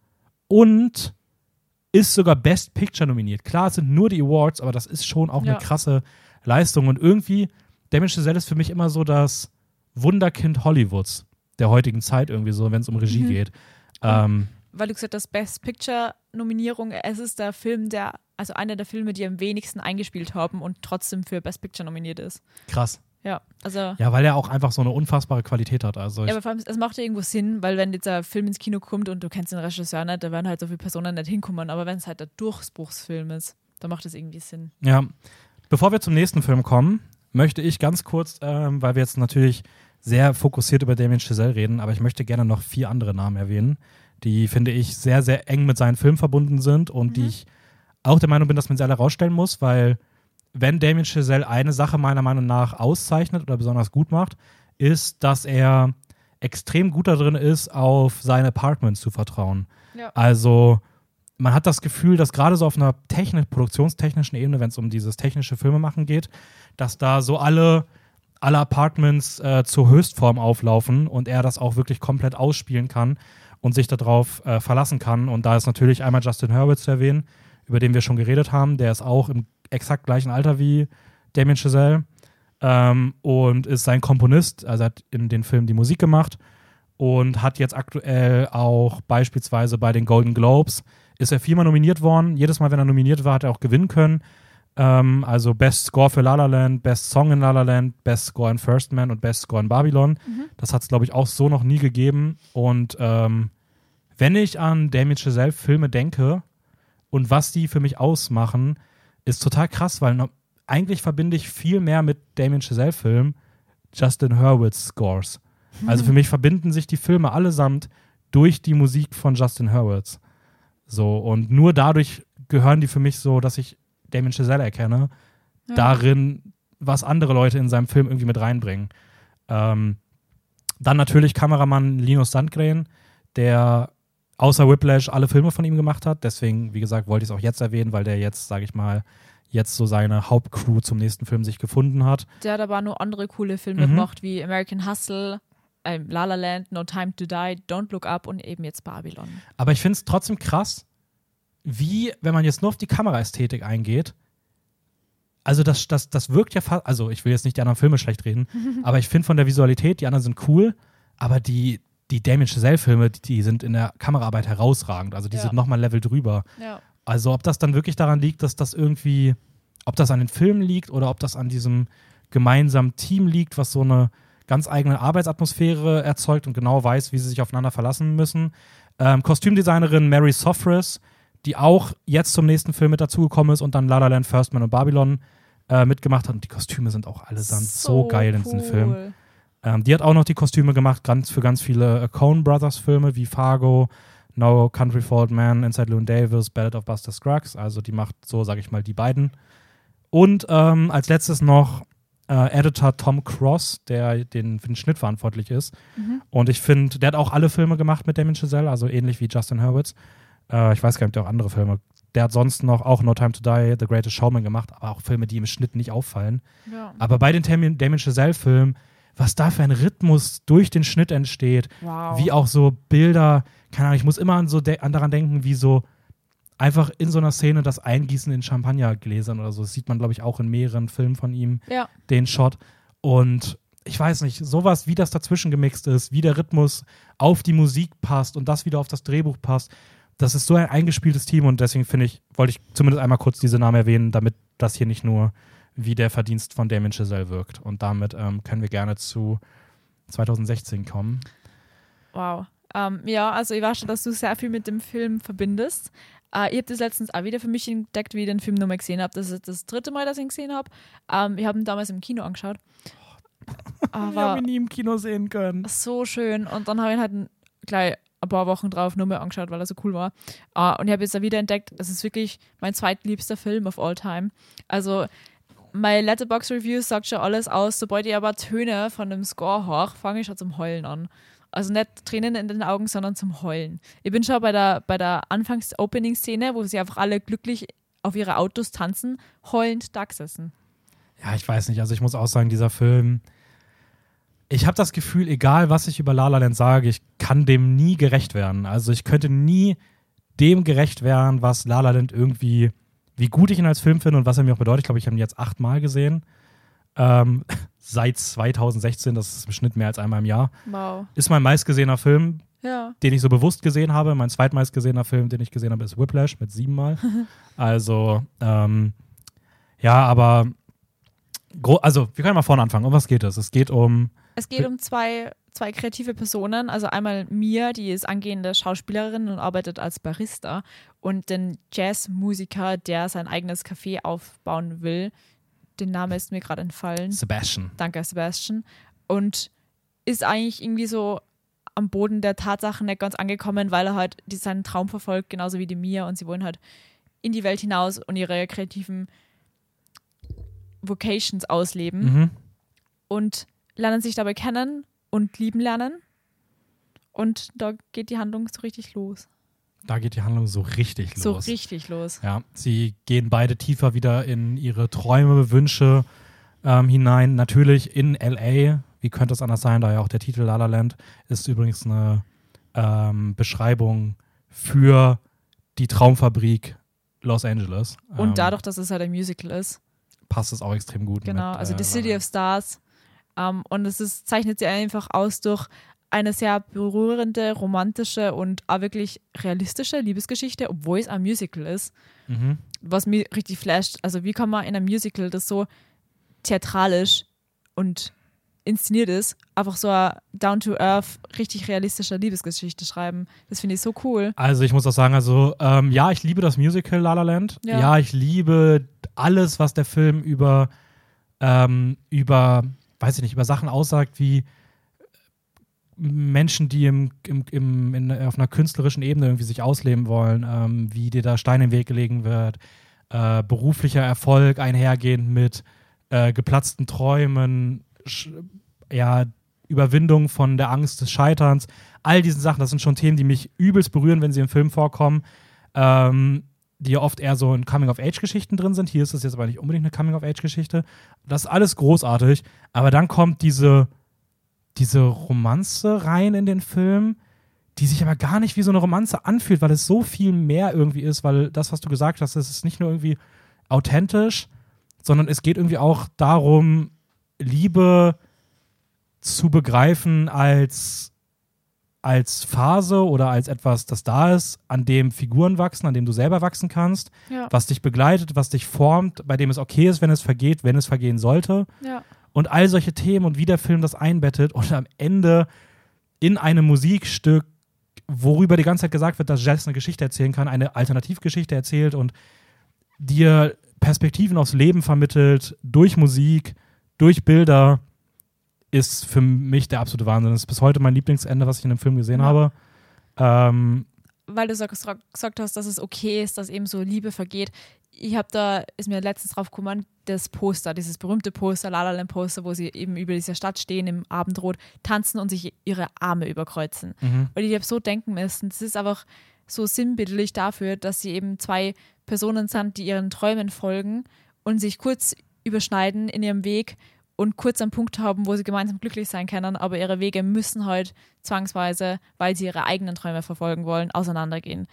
Speaker 1: und ist sogar Best Picture nominiert. Klar, es sind nur die Awards, aber das ist schon auch
Speaker 2: Ja.
Speaker 1: eine krasse Leistung. Und irgendwie, Damien Chazelle ist für mich immer so das Wunderkind Hollywoods der heutigen Zeit irgendwie so, wenn es um Regie
Speaker 2: Mhm.
Speaker 1: geht. Ähm,
Speaker 2: Weil du gesagt hast, Best Picture-Nominierung, es ist der Film, der, also einer der Filme, die am wenigsten eingespielt haben und trotzdem für Best Picture nominiert ist.
Speaker 1: krass.
Speaker 2: Ja, also, ja,
Speaker 1: Ja, weil er auch einfach so eine unfassbare Qualität hat. Also ich,
Speaker 2: aber vor allem, es macht ja irgendwo Sinn, weil wenn jetzt ein Film ins Kino kommt und du kennst den Regisseur nicht, da werden halt so viele Personen nicht hinkommen, aber wenn es halt der Durchbruchsfilm ist, dann macht das irgendwie Sinn.
Speaker 1: ja. Bevor wir zum nächsten Film kommen, möchte ich ganz kurz, ähm, weil wir jetzt natürlich sehr fokussiert über Damien Chazelle reden, aber ich möchte gerne noch vier andere Namen erwähnen, die, finde ich, sehr, sehr eng mit seinen Filmen verbunden sind und
Speaker 2: Mhm.
Speaker 1: die ich auch der Meinung bin, dass man sie alle rausstellen muss, weil wenn Damien Chazelle eine Sache meiner Meinung nach auszeichnet oder besonders gut macht, ist, dass er extrem gut darin ist, auf seine Apartments zu vertrauen.
Speaker 2: Ja.
Speaker 1: Also man hat das Gefühl, dass gerade so auf einer technisch, produktionstechnischen Ebene, wenn es um dieses technische Filmemachen geht, dass da so alle, alle Apartments äh, zur Höchstform auflaufen und er das auch wirklich komplett ausspielen kann und sich darauf äh, verlassen kann. Und da ist natürlich einmal Justin Hurwitz zu erwähnen, über den wir schon geredet haben. Der ist auch im exakt gleichen Alter wie Damien Chazelle, ähm, und ist sein Komponist, also hat in den Film die Musik gemacht und hat jetzt aktuell auch beispielsweise bei den Golden Globes, ist er viermal nominiert worden. Jedes Mal, wenn er nominiert war, hat er auch gewinnen können. Ähm, also Best Score für La La Land, Best Song in La La Land, Best Score in First Man und Best Score in Babylon. Mhm. Das hat es, glaube ich, auch so noch nie gegeben. Und ähm, wenn ich an Damien Chazelle-Filme denke und was die für mich ausmachen, ist total krass, weil no- eigentlich verbinde ich viel mehr mit Damien Chazelle-Filmen Justin Hurwitz-Scores. Mhm. Also für mich verbinden sich die Filme allesamt durch die Musik von Justin Hurwitz. So, und nur dadurch gehören die für mich so, dass ich Damien Chazelle erkenne, ja. darin, was andere Leute in seinem Film irgendwie mit reinbringen. Ähm, dann natürlich Kameramann Linus Sandgren, der außer Whiplash alle Filme von ihm gemacht hat. Deswegen, wie gesagt, wollte ich es auch jetzt erwähnen, weil der jetzt, sage ich mal, jetzt so seine Hauptcrew zum nächsten Film sich gefunden hat.
Speaker 2: Der hat aber nur andere coole Filme
Speaker 1: Mhm.
Speaker 2: gemacht, wie American Hustle, ähm, La La Land, No Time to Die, Don't Look Up und eben jetzt Babylon.
Speaker 1: Aber ich finde es trotzdem krass, wie, wenn man jetzt nur auf die Kameraästhetik eingeht, also das, das, das wirkt ja fast, also ich will jetzt nicht die anderen Filme schlecht reden, aber ich finde von der Visualität, die anderen sind cool, aber die, die Damien Chazelle-Filme, die, die sind in der Kameraarbeit herausragend, also die
Speaker 2: Ja.
Speaker 1: sind nochmal ein Level drüber.
Speaker 2: Ja.
Speaker 1: Also ob das dann wirklich daran liegt, dass das irgendwie, ob das an den Filmen liegt oder ob das an diesem gemeinsamen Team liegt, was so eine ganz eigene Arbeitsatmosphäre erzeugt und genau weiß, wie sie sich aufeinander verlassen müssen. Ähm, Kostümdesignerin Mary Sophris, die auch jetzt zum nächsten Film mit dazugekommen ist und dann La La Land, First Man und Babylon äh, mitgemacht hat. Und die Kostüme sind auch allesamt so, so geil in
Speaker 2: cool.
Speaker 1: diesem Film. Ähm, die hat auch noch die Kostüme gemacht ganz, für ganz viele äh, Coen Brothers Filme wie Fargo, No Country for Old Men, Inside Llewyn Davis, Ballad of Buster Scruggs. Also die macht so, sage ich mal, die beiden. Und ähm, als letztes noch äh, Editor Tom Cross, der den, für den Schnitt verantwortlich ist. Mhm. Und ich finde, der hat auch alle Filme gemacht mit Damien Chazelle, also ähnlich wie Justin Hurwitz. Äh, ich weiß gar nicht, der hat auch andere Filme. Der hat sonst noch auch No Time to Die, The Greatest Showman gemacht, aber auch Filme, die im Schnitt nicht auffallen. Ja. Aber bei den Damien, Damien Chazelle-Filmen, was da für ein Rhythmus durch den Schnitt entsteht, wow. Wie auch so Bilder, keine Ahnung, ich muss immer an, so de- an daran denken, wie so einfach in so einer Szene das Eingießen in Champagnergläsern oder so. Das sieht man, glaube ich, auch in mehreren Filmen von ihm,
Speaker 2: ja.
Speaker 1: Den Shot. Und ich weiß nicht, sowas, wie das dazwischen gemixt ist, wie der Rhythmus auf die Musik passt und das wieder auf das Drehbuch passt, das ist so ein eingespieltes Team und deswegen finde ich, wollte ich zumindest einmal kurz diese Namen erwähnen, damit das hier nicht nur wie der Verdienst von Damien Chazelle wirkt. Und damit ähm, können wir gerne zu zwanzig sechzehn kommen.
Speaker 2: Wow. Um, ja, also ich weiß schon, dass du sehr viel mit dem Film verbindest. Uh, ich habe das letztens auch wieder für mich entdeckt, wie ich den Film nochmal gesehen habe. Das ist das dritte Mal, dass ich ihn gesehen habe. Um, ich habe ihn damals im Kino angeschaut.
Speaker 1: Aber ich habe ihn nie im Kino sehen können.
Speaker 2: So schön. Und dann habe ich ihn halt gleich ein paar Wochen drauf nur mehr angeschaut, weil er so cool war. Uh, und ich habe jetzt auch wieder entdeckt, es ist wirklich mein zweitliebster Film of all time. Also meine Letterboxd-Review sagt schon alles aus. Sobald ich aber Töne von dem Score höre, fange ich schon zum Heulen an. Also nicht Tränen in den Augen, sondern zum Heulen. Ich bin schon bei der, bei der Anfangs-Opening-Szene, wo sie einfach alle glücklich auf ihre Autos tanzen, heulend da gesessen.
Speaker 1: Ja, ich weiß nicht. Also ich muss auch sagen, dieser Film, ich habe das Gefühl, egal was ich über La La Land sage, ich kann dem nie gerecht werden. Also ich könnte nie dem gerecht werden, was La La Land irgendwie, wie gut ich ihn als Film finde und was er mir auch bedeutet. Ich glaube, ich habe ihn jetzt achtmal gesehen. Ähm, seit zwanzig sechzehn, das ist im Schnitt mehr als einmal im Jahr.
Speaker 2: Wow.
Speaker 1: Ist mein meistgesehener Film,
Speaker 2: ja.
Speaker 1: Den ich so bewusst gesehen habe. Mein zweitmeistgesehener Film, den ich gesehen habe, ist Whiplash mit siebenmal. Also, ähm, ja, aber gro- also, wir können mal vorne anfangen. Um was geht es? Es geht um
Speaker 2: Es geht um zwei, zwei kreative Personen. Also einmal Mia, die ist angehende Schauspielerin und arbeitet als Barista. Und den Jazzmusiker, der sein eigenes Café aufbauen will. Den Name ist mir gerade entfallen.
Speaker 1: Sebastian.
Speaker 2: Danke, Sebastian. Und ist eigentlich irgendwie so am Boden der Tatsachen nicht ganz angekommen, weil er halt seinen Traum verfolgt, genauso wie die Mia. Und sie wollen halt in die Welt hinaus und ihre kreativen Vocations ausleben.
Speaker 1: Mhm.
Speaker 2: Und lernen sich dabei kennen und lieben lernen. Und da geht die Handlung so richtig los.
Speaker 1: Da geht die Handlung so richtig los.
Speaker 2: So richtig los.
Speaker 1: Ja, sie gehen beide tiefer wieder in ihre Träume, Wünsche ähm, hinein. Natürlich in L A. Wie könnte es anders sein, da ja auch der Titel La La Land ist übrigens eine ähm, Beschreibung für die Traumfabrik Los Angeles.
Speaker 2: Und
Speaker 1: ähm,
Speaker 2: dadurch, dass es halt ein Musical ist.
Speaker 1: passt es auch extrem gut.
Speaker 2: Genau,
Speaker 1: mit,
Speaker 2: also
Speaker 1: äh,
Speaker 2: The City of Stars. Um, und es ist, zeichnet sie einfach aus durch eine sehr berührende, romantische und auch wirklich realistische Liebesgeschichte, obwohl es ein Musical ist.
Speaker 1: Mhm.
Speaker 2: Was mich richtig flasht. Also wie kann man in einem Musical, das so theatralisch und inszeniert ist, einfach so eine down-to-earth, richtig realistische Liebesgeschichte schreiben. Das finde ich so cool.
Speaker 1: Also ich muss auch sagen, also ähm, ja, ich liebe das Musical La La Land.
Speaker 2: Ja.
Speaker 1: Ja, ich liebe alles, was der Film über, ähm, über, weiß ich nicht, über Sachen aussagt, wie Menschen, die im, im, im, in, auf einer künstlerischen Ebene irgendwie sich ausleben wollen, ähm, wie dir da Stein im Weg gelegen wird, äh, beruflicher Erfolg einhergehend mit äh, geplatzten Träumen, sch- ja, Überwindung von der Angst des Scheiterns, all diese Sachen, das sind schon Themen, die mich übelst berühren, wenn sie im Film vorkommen, ähm, die ja oft eher so in Coming-of-Age-Geschichten drin sind. Hier ist es jetzt aber nicht unbedingt eine Coming-of-Age-Geschichte. Das ist alles großartig, aber dann kommt diese diese Romanze rein in den Film, die sich aber gar nicht wie so eine Romanze anfühlt, weil es so viel mehr irgendwie ist, weil das, was du gesagt hast, es ist nicht nur irgendwie authentisch, sondern es geht irgendwie auch darum, Liebe zu begreifen als, als Phase oder als etwas, das da ist, an dem Figuren wachsen, an dem du selber wachsen kannst,
Speaker 2: Ja.
Speaker 1: was dich begleitet, was dich formt, bei dem es okay ist, wenn es vergeht, wenn es vergehen sollte.
Speaker 2: Ja.
Speaker 1: Und all solche Themen und wie der Film das einbettet und am Ende in einem Musikstück, worüber die ganze Zeit gesagt wird, dass Jazz eine Geschichte erzählen kann, eine Alternativgeschichte erzählt und dir Perspektiven aufs Leben vermittelt, durch Musik, durch Bilder, ist für mich der absolute Wahnsinn. Das ist bis heute mein Lieblingsende, was ich in dem Film gesehen
Speaker 2: Ja.
Speaker 1: habe. Ähm,
Speaker 2: Weil du so gesagt hast, dass es okay ist, dass eben so Liebe vergeht. Ich habe da, ist mir letztens drauf gekommen, das Poster, dieses berühmte Poster, La La Land Poster, wo sie eben über dieser Stadt stehen im Abendrot, tanzen und sich ihre Arme überkreuzen.
Speaker 1: mhm.
Speaker 2: Und ich habe so denken müssen, das ist einfach so sinnbildlich dafür, dass sie eben zwei Personen sind, die ihren Träumen folgen und sich kurz überschneiden in ihrem Weg und kurz einen Punkt haben, wo sie gemeinsam glücklich sein können, aber ihre Wege müssen halt zwangsweise, weil sie ihre eigenen Träume verfolgen wollen, auseinandergehen.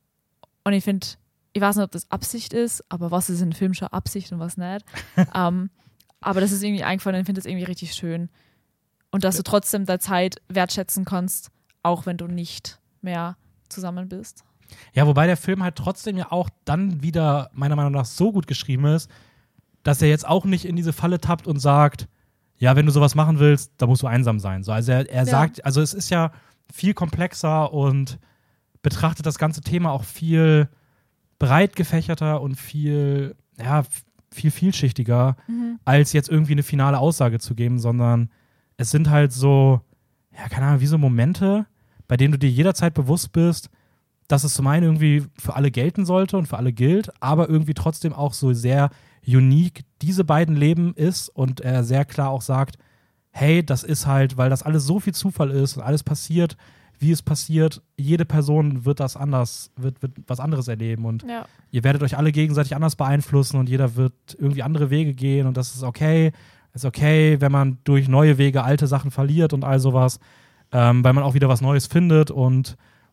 Speaker 2: Und ich finde, ich weiß nicht, ob das Absicht ist, aber was ist in Film schon Absicht und was nicht. um, aber das ist irgendwie eingefallen und ich finde das irgendwie richtig schön. Und dass du trotzdem der Zeit wertschätzen kannst, auch wenn du nicht mehr zusammen bist.
Speaker 1: Ja, wobei der Film halt trotzdem ja auch dann wieder meiner Meinung nach so gut geschrieben ist, dass er jetzt auch nicht in diese Falle tappt und sagt, ja, wenn du sowas machen willst, da musst du einsam sein. So, also er, er
Speaker 2: Ja.
Speaker 1: sagt, also es ist ja viel komplexer und betrachtet das ganze Thema auch viel breit gefächerter und viel, ja, viel vielschichtiger,
Speaker 2: Mhm.
Speaker 1: als jetzt irgendwie eine finale Aussage zu geben, sondern es sind halt so, ja, keine Ahnung, wie so Momente, bei denen du dir jederzeit bewusst bist, dass es zum einen irgendwie für alle gelten sollte und für alle gilt, aber irgendwie trotzdem auch so sehr unique diese beiden Leben ist und er sehr klar auch sagt, hey, das ist halt, weil das alles so viel Zufall ist und alles passiert, wie es passiert, jede Person wird das anders, wird, wird was anderes erleben und
Speaker 2: Ja.
Speaker 1: ihr werdet euch alle gegenseitig anders beeinflussen und jeder wird irgendwie andere Wege gehen und das ist okay. Es ist okay, wenn man durch neue Wege alte Sachen verliert und all sowas, ähm, weil man auch wieder was Neues findet und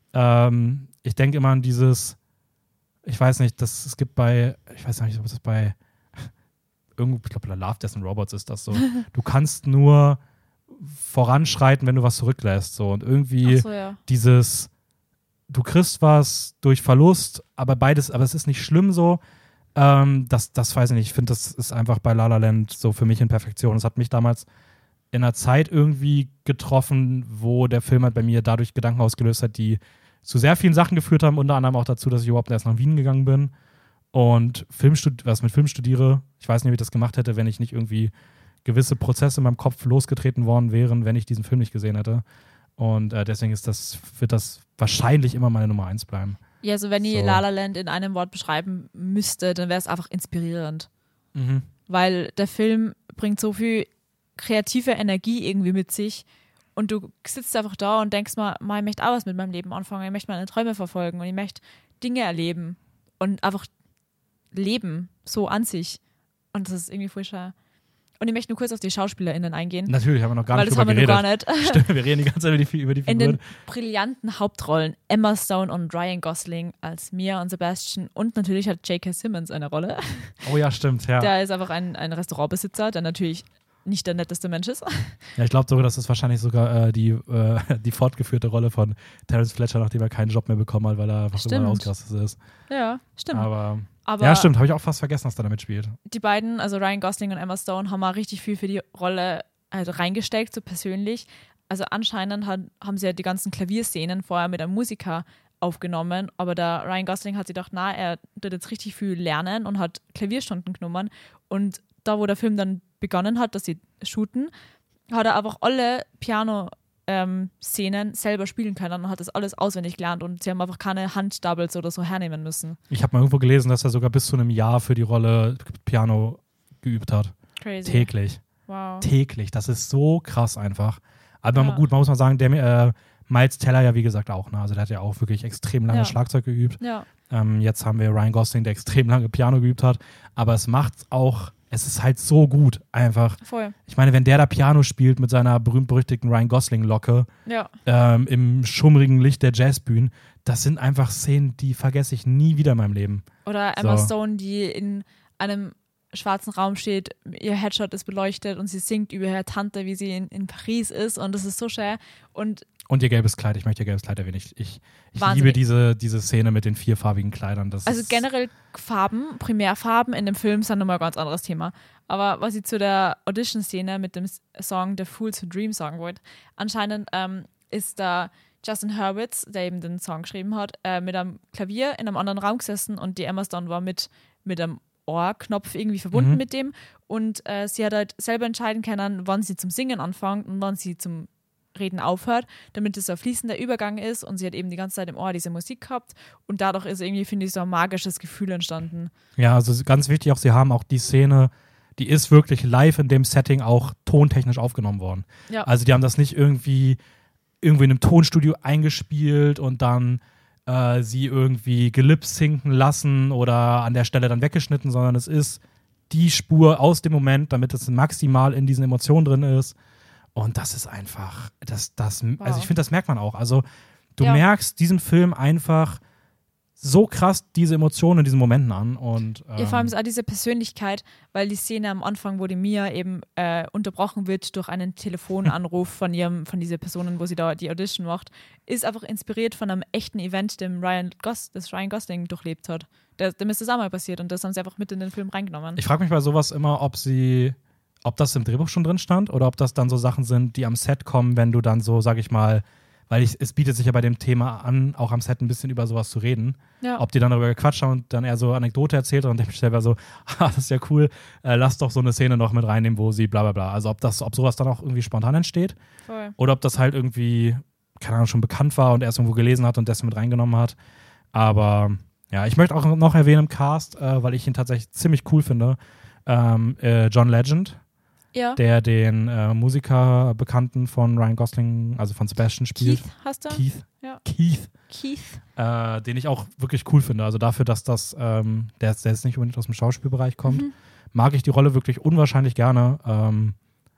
Speaker 1: ähm, ich denke immer an dieses, ich weiß nicht, das, es gibt bei, ich weiß nicht, ob das bei irgendwo, ich glaube, bei Love, Death and Robots ist das so. Du kannst nur voranschreiten, wenn du was zurücklässt. So. Und irgendwie
Speaker 2: Ach so, ja.
Speaker 1: dieses, du kriegst was durch Verlust, aber beides, aber es ist nicht schlimm so. Ähm, das, das weiß ich nicht. Ich finde, das ist einfach bei La La Land so für mich in Perfektion. Es hat mich damals in einer Zeit irgendwie getroffen, wo der Film halt bei mir dadurch Gedanken ausgelöst hat, die zu sehr vielen Sachen geführt haben, unter anderem auch dazu, dass ich überhaupt erst nach Wien gegangen bin und Filmstud- was mit Film studiere. Ich weiß nicht, wie ich das gemacht hätte, wenn ich nicht irgendwie gewisse Prozesse in meinem Kopf losgetreten worden wären, wenn ich diesen Film nicht gesehen hätte. Und äh, deswegen ist das, wird das wahrscheinlich immer meine Nummer eins bleiben.
Speaker 2: Ja, also wenn ich
Speaker 1: So.
Speaker 2: La La Land in einem Wort beschreiben müsste, dann wäre es einfach inspirierend.
Speaker 1: Mhm.
Speaker 2: Weil der Film bringt so viel kreative Energie irgendwie mit sich und du sitzt einfach da und denkst mal, mal, ich möchte auch was mit meinem Leben anfangen, ich möchte meine Träume verfolgen und ich möchte Dinge erleben und einfach leben, so an sich. Und das ist irgendwie voll schade. Und ich möchte nur kurz auf die SchauspielerInnen eingehen.
Speaker 1: Natürlich, haben wir noch gar
Speaker 2: weil
Speaker 1: nicht
Speaker 2: das
Speaker 1: drüber
Speaker 2: haben wir
Speaker 1: geredet.
Speaker 2: noch gar nicht.
Speaker 1: Stimmt, wir reden die ganze Zeit über die, über die
Speaker 2: In
Speaker 1: Figuren.
Speaker 2: den brillanten Hauptrollen Emma Stone und Ryan Gosling als Mia und Sebastian und natürlich hat J K. Simmons eine Rolle.
Speaker 1: Oh ja, stimmt, ja.
Speaker 2: Der ist einfach ein, ein Restaurantbesitzer, der natürlich nicht der netteste Mensch ist.
Speaker 1: Ja, ich glaube sogar, das ist wahrscheinlich sogar äh, die, äh, die fortgeführte Rolle von Terence Fletcher, nachdem er keinen Job mehr bekommen hat, weil er einfach
Speaker 2: Stimmt.
Speaker 1: immer ausgerastet ist.
Speaker 2: Ja, stimmt.
Speaker 1: Aber,
Speaker 2: Aber
Speaker 1: ja, stimmt, habe ich auch fast vergessen, dass der da mitspielt.
Speaker 2: die beiden, also Ryan Gosling und Emma Stone, haben mal richtig viel für die Rolle halt reingesteckt, so persönlich. Also anscheinend hat, haben sie ja die ganzen Klavierszenen vorher mit einem Musiker aufgenommen, aber der Ryan Gosling hat sich gedacht, na, er tut jetzt richtig viel lernen und hat Klavierstunden genommen und da, wo der Film dann begonnen hat, dass sie shooten, hat er einfach alle Piano-Szenen selber spielen können und hat das alles auswendig gelernt und sie haben einfach keine Handdoubles oder so hernehmen müssen.
Speaker 1: Ich habe mal irgendwo gelesen, dass er sogar bis zu einem Jahr für die Rolle Piano geübt hat.
Speaker 2: Crazy.
Speaker 1: Täglich.
Speaker 2: Wow.
Speaker 1: Täglich. Das ist so krass einfach. Aber
Speaker 2: Ja.
Speaker 1: gut, man muss mal sagen, der äh, Miles Teller ja wie gesagt auch. Ne? Also der hat ja auch wirklich extrem lange
Speaker 2: Ja.
Speaker 1: Schlagzeug geübt.
Speaker 2: Ja.
Speaker 1: Ähm, jetzt haben wir Ryan Gosling, der extrem lange Piano geübt hat. Aber es macht's auch, es ist halt so gut einfach.
Speaker 2: Voll.
Speaker 1: Ich meine, wenn der da Piano spielt mit seiner berühmt-berüchtigten Ryan Gosling-Locke
Speaker 2: Ja.
Speaker 1: ähm, im schummrigen Licht der Jazzbühnen, das sind einfach Szenen, die vergesse ich nie wieder in meinem Leben.
Speaker 2: Oder Emma
Speaker 1: So.
Speaker 2: Stone, die in einem schwarzen Raum steht, ihr Headshot ist beleuchtet und sie singt über ihre Tante, wie sie in, in Paris ist und das ist so schön. Und
Speaker 1: Und ihr gelbes Kleid, ich möchte ihr gelbes Kleid erwähnen. Ich, ich, ich
Speaker 2: Wahnsinnig.
Speaker 1: liebe diese, diese Szene mit den vierfarbigen Kleidern. Das
Speaker 2: also
Speaker 1: ist,
Speaker 2: generell Farben, Primärfarben in dem Film sind nochmal ein ganz anderes Thema. Aber was ich zu der Audition-Szene mit dem Song The Fools Who Dream sagen wollte, anscheinend ähm, ist da Justin Hurwitz, der eben den Song geschrieben hat, äh, mit einem Klavier in einem anderen Raum gesessen und die Emma Stone war mit, mit einem Ohrknopf irgendwie verbunden
Speaker 1: Mhm.
Speaker 2: mit dem und äh, sie hat halt selber entscheiden können, wann sie zum Singen anfängt und wann sie zum Reden aufhört, damit es so ein fließender Übergang ist und sie hat eben die ganze Zeit im Ohr diese Musik gehabt und dadurch ist irgendwie, finde ich, so ein magisches Gefühl entstanden.
Speaker 1: Ja, also ganz wichtig auch, sie haben auch die Szene, die ist wirklich live in dem Setting auch tontechnisch aufgenommen worden.
Speaker 2: Ja.
Speaker 1: Also die haben das nicht irgendwie, irgendwie in einem Tonstudio eingespielt und dann äh, sie irgendwie gelipsinken lassen oder an der Stelle dann weggeschnitten, sondern es ist die Spur aus dem Moment, damit es maximal in diesen Emotionen drin ist. Und das ist einfach, das, das,
Speaker 2: Wow.
Speaker 1: also ich finde, das merkt man auch. Also du
Speaker 2: Ja.
Speaker 1: merkst diesem Film einfach so krass diese Emotionen in diesen Momenten an. Und, ähm,
Speaker 2: Ja, vor allem ist auch diese Persönlichkeit, weil die Szene am Anfang, wo die Mia eben äh, unterbrochen wird durch einen Telefonanruf von ihrem, von dieser Person, wo sie da die Audition macht, ist einfach inspiriert von einem echten Event, dem Ryan Gos das Ryan Gosling durchlebt hat. Der, dem ist das auch mal passiert und das haben sie einfach mit in den Film reingenommen.
Speaker 1: ich frage mich bei sowas immer, ob sie, ob das im Drehbuch schon drin stand oder ob das dann so Sachen sind, die am Set kommen, wenn du dann so, sag ich mal, weil ich, es bietet sich ja bei dem Thema an, auch am Set ein bisschen über sowas zu reden.
Speaker 2: Ja.
Speaker 1: Ob die dann darüber gequatscht haben und dann eher so Anekdote erzählt und ich selber so, ah, das ist ja cool, äh, lass doch so eine Szene noch mit reinnehmen, wo sie bla bla bla. Also ob das, ob sowas dann auch irgendwie spontan entsteht
Speaker 2: Voll.
Speaker 1: oder ob das halt irgendwie, keine Ahnung, schon bekannt war und er es irgendwo gelesen hat und das mit reingenommen hat. Aber ja, ich möchte auch noch erwähnen im Cast, äh, weil ich ihn tatsächlich ziemlich cool finde, ähm, äh, John Legend,
Speaker 2: Ja.
Speaker 1: der den äh, Musiker Bekannten von Ryan Gosling, also von Sebastian spielt.
Speaker 2: Keith hast du?
Speaker 1: Keith.
Speaker 2: Ja.
Speaker 1: Keith.
Speaker 2: Keith.
Speaker 1: Äh, den ich auch wirklich cool finde. Also dafür, dass das, ähm, der, der jetzt nicht unbedingt aus dem Schauspielbereich kommt,
Speaker 2: Mhm.
Speaker 1: mag ich die Rolle wirklich unwahrscheinlich gerne. Ähm,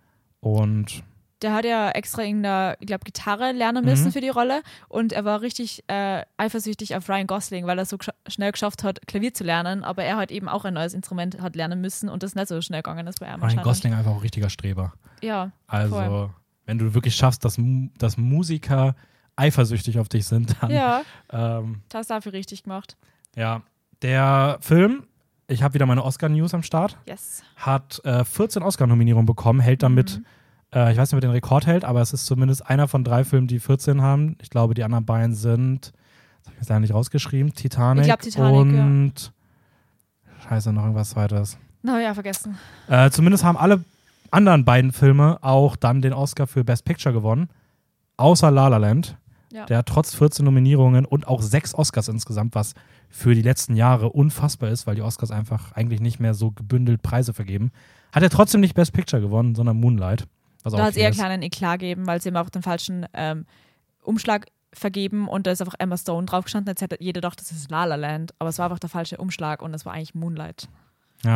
Speaker 1: und
Speaker 2: Der hat ja extra in der, ich glaube, Gitarre lernen müssen
Speaker 1: Mhm.
Speaker 2: für die Rolle und er war richtig äh, eifersüchtig auf Ryan Gosling, weil er so gesch- schnell geschafft hat, Klavier zu lernen, aber er hat eben auch ein neues Instrument hat lernen müssen und das nicht so schnell gegangen ist bei ihm
Speaker 1: Ryan
Speaker 2: anscheinend.
Speaker 1: Gosling einfach auch ein richtiger Streber.
Speaker 2: Ja,
Speaker 1: Also,
Speaker 2: voll.
Speaker 1: wenn du wirklich schaffst, dass, Mu- dass Musiker eifersüchtig auf dich sind, dann
Speaker 2: Ja,
Speaker 1: ähm,
Speaker 2: das hast du dafür richtig gemacht.
Speaker 1: ja. Der Film, ich habe wieder meine Oscar-News am Start,
Speaker 2: Yes.
Speaker 1: hat äh, vierzehn Oscar-Nominierungen bekommen, hält damit
Speaker 2: Mhm.
Speaker 1: Äh, ich weiß nicht, wer den Rekord hält, aber es ist zumindest einer von drei Filmen, die vierzehn haben. Ich glaube, die anderen beiden sind, das habe ich jetzt leider nicht rausgeschrieben, Titanic,
Speaker 2: Ich glaub, Titanic,
Speaker 1: und scheiße, noch irgendwas zweites.
Speaker 2: Na ja, vergessen.
Speaker 1: Äh, zumindest haben alle anderen beiden Filme auch dann den Oscar für Best Picture gewonnen, außer La La Land.
Speaker 2: Ja.
Speaker 1: Der hat trotz vierzehn Nominierungen und auch sechs Oscars insgesamt, was für die letzten Jahre unfassbar ist, weil die Oscars einfach eigentlich nicht mehr so gebündelt Preise vergeben, hat er trotzdem nicht Best Picture gewonnen, sondern Moonlight. Was
Speaker 2: Da
Speaker 1: auch
Speaker 2: hat es
Speaker 1: viel
Speaker 2: eher
Speaker 1: ist.
Speaker 2: einen kleinen Eklat gegeben, weil sie ihm auch den falschen ähm, Umschlag vergeben und da ist einfach Emma Stone drauf gestanden. Jetzt hätte jeder gedacht, das ist La La Land, aber es war einfach der falsche Umschlag und es war eigentlich Moonlight.
Speaker 1: Ja,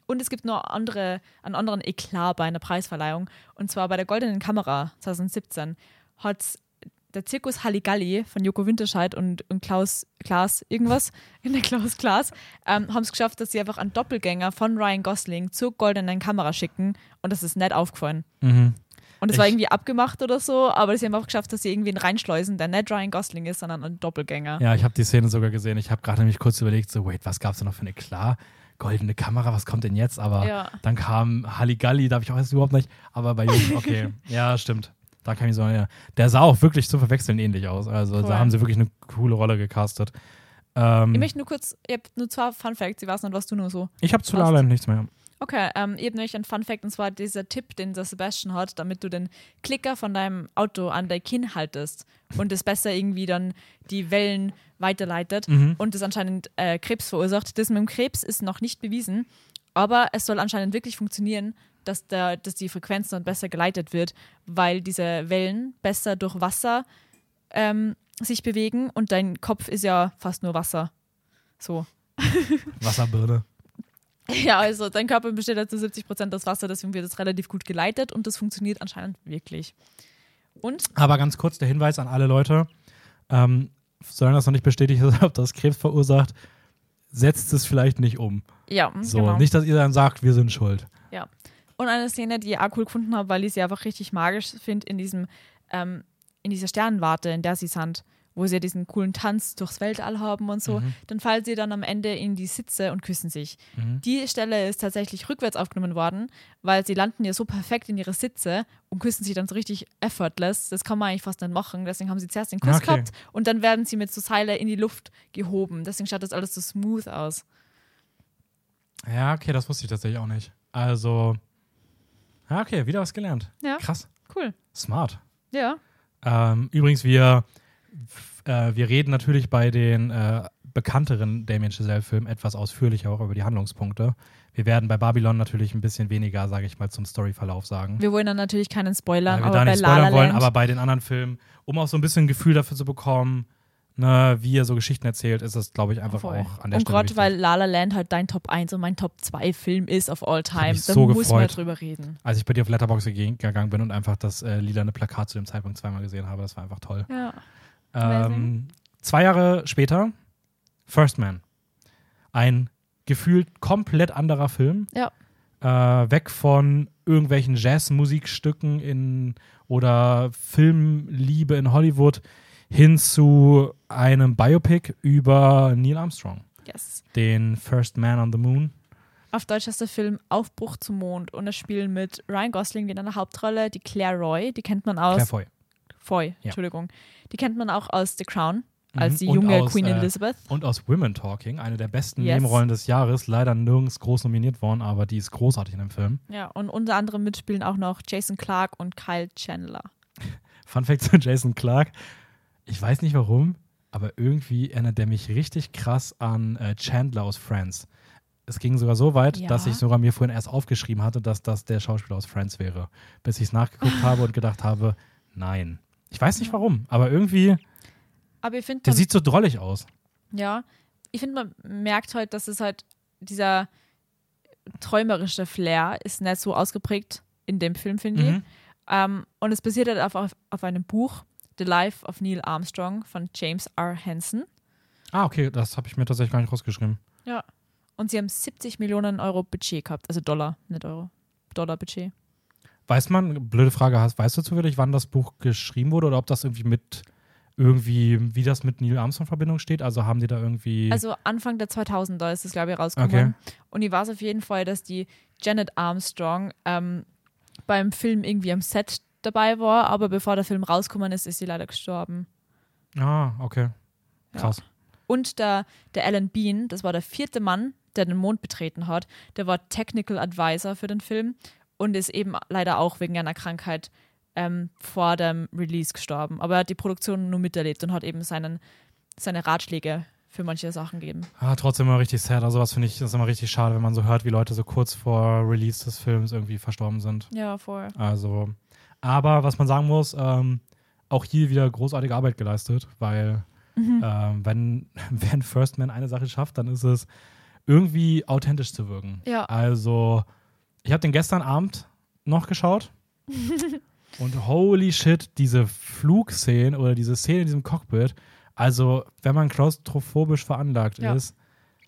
Speaker 2: und es gibt noch andere, einen anderen Eklat bei einer Preisverleihung. Und zwar bei der Goldenen Kamera zwanzig siebzehn hat der Zirkus Halligalli von Joko Winterscheid und, und Klaus Klaas irgendwas, in der Klaus Klaas, ähm, haben es geschafft, dass sie einfach einen Doppelgänger von Ryan Gosling zur Goldenen Kamera schicken und das ist nicht aufgefallen.
Speaker 1: Mhm.
Speaker 2: Und es war irgendwie abgemacht oder so, aber sie haben auch geschafft, dass sie irgendwie einen reinschleusen, der nicht Ryan Gosling ist, sondern ein Doppelgänger.
Speaker 1: Ja, ich habe die Szene sogar gesehen. Ich habe gerade nämlich kurz überlegt, so, wait, was gab es da noch für eine klar goldene Kamera? Was kommt denn jetzt? Aber
Speaker 2: Ja.
Speaker 1: dann kam Halligalli, da habe ich auch jetzt überhaupt nicht. Aber bei Joko, okay, ja, stimmt. Da kann ich so, ja. Der sah auch wirklich zum Verwechseln ähnlich aus. Also
Speaker 2: Voll.
Speaker 1: da haben sie wirklich eine coole Rolle gecastet. Ähm,
Speaker 2: Ich möchte nur kurz, ich habe nur zwei Fun Facts, ich weiß nicht, was du nur so.
Speaker 1: ich habe zu La La Land nichts mehr.
Speaker 2: Okay, ähm, ich habe nämlich einen Fun Fact und zwar dieser Tipp, den der Sebastian hat, damit du den Klicker von deinem Auto an dein Kinn haltest und es besser irgendwie dann die Wellen weiterleitet
Speaker 1: Mhm.
Speaker 2: und das anscheinend äh, Krebs verursacht. Das mit dem Krebs ist noch nicht bewiesen, aber es soll anscheinend wirklich funktionieren, dass, der, dass die Frequenz dann besser geleitet wird, weil diese Wellen besser durch Wasser ähm, sich bewegen und dein Kopf ist ja fast nur Wasser. So.
Speaker 1: Wasserbirne.
Speaker 2: Ja, also dein Körper besteht ja zu siebzig Prozent aus Wasser, deswegen wird es relativ gut geleitet und das funktioniert anscheinend wirklich. Und?
Speaker 1: Aber ganz kurz der Hinweis an alle Leute, ähm, solange das noch nicht bestätigt ist, ob das Krebs verursacht, setzt es vielleicht nicht um.
Speaker 2: Ja,
Speaker 1: So,
Speaker 2: genau.
Speaker 1: nicht, dass ihr dann sagt, wir sind schuld.
Speaker 2: Ja. Und eine Szene, die ich auch cool gefunden habe, weil ich sie einfach richtig magisch finde, in diesem, ähm, in dieser Sternenwarte, in der sie sind, wo sie ja diesen coolen Tanz durchs Weltall haben und so,
Speaker 1: Mhm.
Speaker 2: dann fallen sie dann am Ende in die Sitze und küssen sich.
Speaker 1: Mhm.
Speaker 2: Die Stelle ist tatsächlich rückwärts aufgenommen worden, weil sie landen ja so perfekt in ihre Sitze und küssen sich dann so richtig effortless. Das kann man eigentlich fast nicht machen. Deswegen haben sie zuerst den Kuss
Speaker 1: Okay.
Speaker 2: gehabt und dann werden sie mit so Seile in die Luft gehoben. Deswegen schaut das alles so smooth aus.
Speaker 1: Ja, okay, das wusste ich tatsächlich auch nicht. Also, ja, okay, wieder was gelernt.
Speaker 2: Ja.
Speaker 1: Krass.
Speaker 2: Cool.
Speaker 1: Smart.
Speaker 2: Ja.
Speaker 1: Ähm, übrigens, wir, äh, wir reden natürlich bei den äh, bekannteren Damien Chazelle-Filmen etwas ausführlicher auch über die Handlungspunkte. Wir werden bei Babylon natürlich ein bisschen weniger, sage ich mal, zum Storyverlauf sagen.
Speaker 2: Wir wollen dann natürlich keinen spoilern,
Speaker 1: Weil wir
Speaker 2: aber
Speaker 1: da
Speaker 2: bei
Speaker 1: nicht
Speaker 2: La La
Speaker 1: spoilern wollen,
Speaker 2: Land,
Speaker 1: aber bei den anderen Filmen, um auch so ein bisschen ein Gefühl dafür zu bekommen, ne, wie er so Geschichten erzählt, ist es, glaube ich, einfach
Speaker 2: voll.
Speaker 1: auch an der
Speaker 2: Und
Speaker 1: Stelle
Speaker 2: gerade
Speaker 1: wichtig.
Speaker 2: weil La La Land halt dein Top eins und mein Top zwei Film ist of all time,
Speaker 1: mich
Speaker 2: da
Speaker 1: so
Speaker 2: muss man
Speaker 1: gefreut.
Speaker 2: drüber reden.
Speaker 1: Als ich bei dir auf Letterboxd geg- gegangen bin und einfach das äh, lilane Plakat zu dem Zeitpunkt zweimal gesehen habe, das war einfach toll.
Speaker 2: Ja.
Speaker 1: Ähm, zwei Jahre später, First Man. Ein gefühlt komplett anderer Film.
Speaker 2: Ja.
Speaker 1: Äh, weg von irgendwelchen Jazzmusikstücken in oder Filmliebe in Hollywood hin zu einem Biopic über Neil Armstrong,
Speaker 2: Yes.
Speaker 1: den First Man on the Moon.
Speaker 2: Auf Deutsch heißt der Film Aufbruch zum Mond und es spielen mit Ryan Gosling in einer Hauptrolle, die Claire Roy, die kennt man aus
Speaker 1: Claire Foy.
Speaker 2: Foy,
Speaker 1: Ja.
Speaker 2: Entschuldigung. Die kennt man auch aus The Crown, als
Speaker 1: Mhm.
Speaker 2: die
Speaker 1: Und
Speaker 2: junge
Speaker 1: aus,
Speaker 2: Queen
Speaker 1: äh,
Speaker 2: Elizabeth.
Speaker 1: Und aus Women Talking, eine der besten
Speaker 2: Yes.
Speaker 1: Nebenrollen des Jahres, leider nirgends groß nominiert worden, aber die ist großartig in dem Film.
Speaker 2: Ja, und unter anderem mitspielen auch noch Jason Clarke und Kyle Chandler.
Speaker 1: Fun Fact zu Jason Clarke. Ich weiß nicht warum, aber irgendwie erinnert der mich richtig krass an äh, Chandler aus Friends. Es ging sogar so weit,
Speaker 2: Ja.
Speaker 1: dass ich sogar mir vorhin erst aufgeschrieben hatte, dass das der Schauspieler aus Friends wäre. Bis ich es nachgeguckt habe und gedacht habe, nein. Ich weiß nicht warum, aber irgendwie,
Speaker 2: Aber ich finde,
Speaker 1: der sieht so drollig aus.
Speaker 2: ja, ich finde, man merkt halt, dass es halt dieser träumerische Flair ist nicht so ausgeprägt in dem Film, finde ich.
Speaker 1: Mhm.
Speaker 2: Ähm, und es basiert halt auf, auf, auf einem Buch, The Life of Neil Armstrong von James R. Hansen.
Speaker 1: Ah, okay, das habe ich mir tatsächlich gar nicht rausgeschrieben.
Speaker 2: Ja. Und sie haben siebzig Millionen Euro Budget gehabt. Also Dollar, nicht Euro. Dollar-Budget.
Speaker 1: Weiß man, blöde Frage, hast, weißt du zufällig, wann das Buch geschrieben wurde oder ob das irgendwie mit, irgendwie, wie das mit Neil Armstrong in Verbindung steht? Also haben die da irgendwie...
Speaker 2: Also Anfang der zweitausender ist es, glaube ich, rausgekommen.
Speaker 1: Okay.
Speaker 2: Und ich weiß auf jeden Fall, dass die Janet Armstrong ähm, beim Film irgendwie am Set dabei war, aber bevor der Film rausgekommen ist, ist sie leider gestorben.
Speaker 1: Ah, okay.
Speaker 2: Ja.
Speaker 1: Krass.
Speaker 2: Und der, der Alan Bean, das war der vierte Mann, der den Mond betreten hat, der war Technical Advisor für den Film und ist eben leider auch wegen einer Krankheit ähm, vor dem Release gestorben. Aber er hat die Produktion nur miterlebt und hat eben seinen, seine Ratschläge für manche Sachen gegeben.
Speaker 1: Ah, trotzdem immer richtig sad. Also was finde ich, ist immer richtig schade, wenn man so hört, wie Leute so kurz vor Release des Films irgendwie verstorben sind.
Speaker 2: Ja, voll.
Speaker 1: Also, aber was man sagen muss, ähm, auch hier wieder großartige Arbeit geleistet, weil
Speaker 2: Mhm.
Speaker 1: ähm, wenn, wenn First Man eine Sache schafft, dann ist es irgendwie authentisch zu wirken.
Speaker 2: Ja.
Speaker 1: Also, ich habe den gestern Abend noch geschaut und holy shit, diese Flugszene oder diese Szene in diesem Cockpit, also wenn man klaustrophobisch veranlagt
Speaker 2: Ja.
Speaker 1: ist,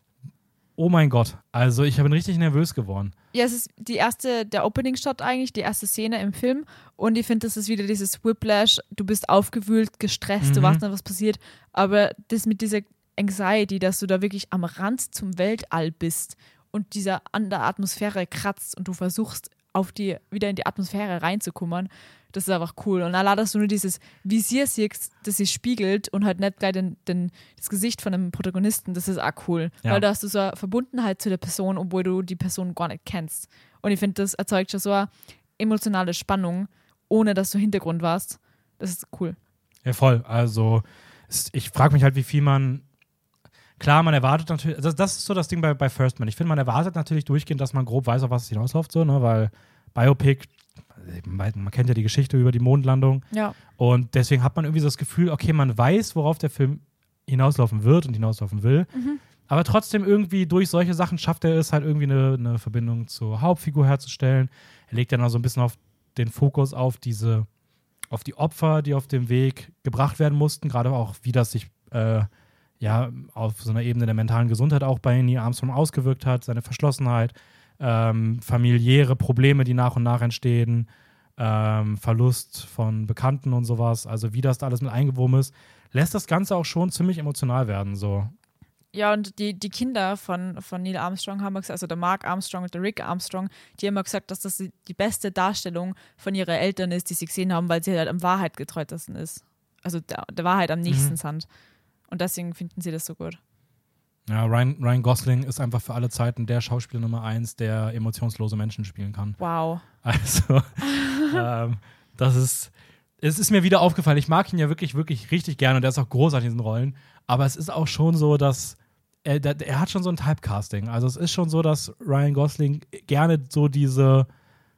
Speaker 1: oh mein Gott, also ich bin richtig nervös geworden.
Speaker 2: Ja, es ist die erste, der Opening-Shot eigentlich, die erste Szene im Film und ich finde, das ist wieder dieses Whiplash, du bist aufgewühlt, gestresst,
Speaker 1: Mhm.
Speaker 2: du weißt nicht, was passiert, aber das mit dieser Anxiety, dass du da wirklich am Rand zum Weltall bist und dieser an der Atmosphäre kratzt und du versuchst, auf die, wieder in die Atmosphäre reinzukommen, das ist einfach cool. Und allein, dass du nur dieses Visier siehst, das sich spiegelt und halt nicht gleich den, den, das Gesicht von einem Protagonisten, das ist auch cool.
Speaker 1: Ja.
Speaker 2: Weil da hast du so eine Verbundenheit zu der Person, obwohl du die Person gar nicht kennst. Und ich finde, das erzeugt schon so eine emotionale Spannung, ohne dass du Hintergrund warst. Das ist cool.
Speaker 1: Ja, voll. Also es, ich frage mich halt, wie viel man klar, man erwartet natürlich, das, das ist so das Ding bei, bei First Man. Ich finde, man erwartet natürlich durchgehend, dass man grob weiß, auf was es hinausläuft, so, ne, weil Biopic, man, man kennt ja die Geschichte über die Mondlandung
Speaker 2: Ja.
Speaker 1: und deswegen hat man irgendwie so das Gefühl, okay, man weiß, worauf der Film hinauslaufen wird und hinauslaufen will,
Speaker 2: Mhm.
Speaker 1: aber trotzdem irgendwie durch solche Sachen schafft er es halt irgendwie eine, eine Verbindung zur Hauptfigur herzustellen. Er legt dann auch so ein bisschen auf den Fokus auf diese, auf die Opfer, die auf dem Weg gebracht werden mussten, gerade auch, wie das sich äh, ja, auf so einer Ebene der mentalen Gesundheit auch bei Neil Armstrong ausgewirkt hat, seine Verschlossenheit, ähm, familiäre Probleme, die nach und nach entstehen, ähm, Verlust von Bekannten und sowas, also wie das da alles mit eingewoben ist, lässt das Ganze auch schon ziemlich emotional werden, so.
Speaker 2: Ja, und die, die Kinder von, von Neil Armstrong haben gesagt, also der Mark Armstrong und der Rick Armstrong, die haben immer gesagt, dass das die, die beste Darstellung von ihren Eltern ist, die sie gesehen haben, weil sie halt am Wahrheit getreutesten ist. Also der, der Wahrheit am nächsten
Speaker 1: Mhm.
Speaker 2: sind. Und deswegen finden sie das so gut.
Speaker 1: Ja, Ryan, Ryan Gosling ist einfach für alle Zeiten der Schauspieler Nummer eins, der emotionslose Menschen spielen kann.
Speaker 2: Wow.
Speaker 1: Also, ähm, das ist, es ist mir wieder aufgefallen, ich mag ihn ja wirklich, wirklich richtig gerne und der ist auch großartig in diesen Rollen, aber es ist auch schon so, dass er, der, er hat schon so ein Typecasting. Also es ist schon so, dass Ryan Gosling gerne so diese,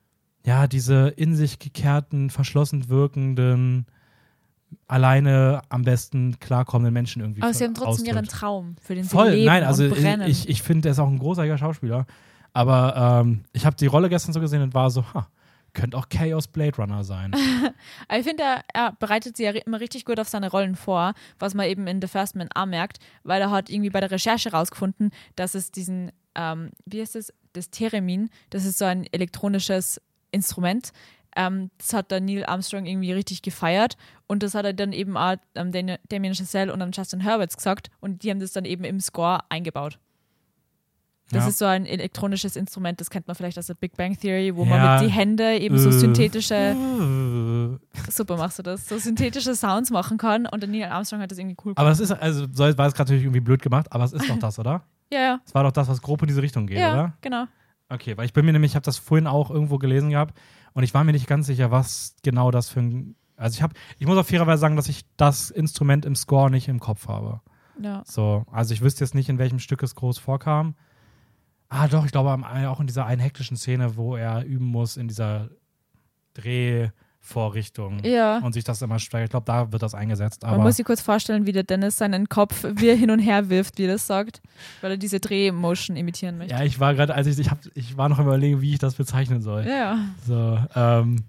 Speaker 1: ja, diese in sich gekehrten, verschlossen wirkenden, alleine am besten klarkommenden Menschen irgendwie
Speaker 2: Aber sie haben trotzdem
Speaker 1: ausdrückt.
Speaker 2: ihren Traum, für den sie
Speaker 1: Voll,
Speaker 2: leben
Speaker 1: nein, also
Speaker 2: und brennen.
Speaker 1: ich, ich finde, er ist auch ein großartiger Schauspieler. Aber ähm, ich habe die Rolle gestern so gesehen und war so, ha, könnte auch Chaos Blade Runner sein.
Speaker 2: Aber ich finde, er, er bereitet sie ja ri- immer richtig gut auf seine Rollen vor, was man eben in The First Man auch merkt, weil er hat irgendwie bei der Recherche rausgefunden, dass es diesen, ähm, wie heißt das, das Theremin, das ist so ein elektronisches Instrument, ähm, das hat der Neil Armstrong irgendwie richtig gefeiert und das hat er dann eben auch ähm, Dan- Damien Chazelle und am Justin Hurwitz gesagt und die haben das dann eben im Score eingebaut. Das
Speaker 1: Ja.
Speaker 2: ist so ein elektronisches Instrument, das kennt man vielleicht aus der Big Bang Theory, wo
Speaker 1: Ja.
Speaker 2: man mit die Hände eben so
Speaker 1: Äh.
Speaker 2: synthetische,
Speaker 1: Äh.
Speaker 2: super machst du das, so synthetische Sounds machen kann und der Neil Armstrong hat das irgendwie cool
Speaker 1: Aber es ist, also so war es gerade natürlich irgendwie blöd gemacht, aber es ist doch das, oder?
Speaker 2: Ja, ja,
Speaker 1: Es war doch das, was grob in diese Richtung geht,
Speaker 2: ja,
Speaker 1: oder?
Speaker 2: genau.
Speaker 1: Okay, weil ich bin mir nämlich, ich habe das vorhin auch irgendwo gelesen gehabt und ich war mir nicht ganz sicher, was genau das für ein, also ich habe, ich muss auf fairerweise sagen, dass ich das Instrument im Score nicht im Kopf habe.
Speaker 2: Ja.
Speaker 1: So, also ich wüsste jetzt nicht, in welchem Stück es groß vorkam. Ah, doch, ich glaube am- auch in dieser einen hektischen Szene, wo er üben muss in dieser Drehvorrichtung
Speaker 2: Ja.
Speaker 1: und sich das immer steigert. Ich glaube, da wird das eingesetzt.
Speaker 2: Man
Speaker 1: Aber
Speaker 2: muss sich kurz vorstellen, wie der Dennis seinen Kopf wie er hin und her wirft, wie er das sagt, weil er diese Drehmotion imitieren möchte.
Speaker 1: ja, ich war gerade, als ich, ich, hab, ich war noch am Überlegen, wie ich das bezeichnen soll.
Speaker 2: Ja, ja.
Speaker 1: So, ähm,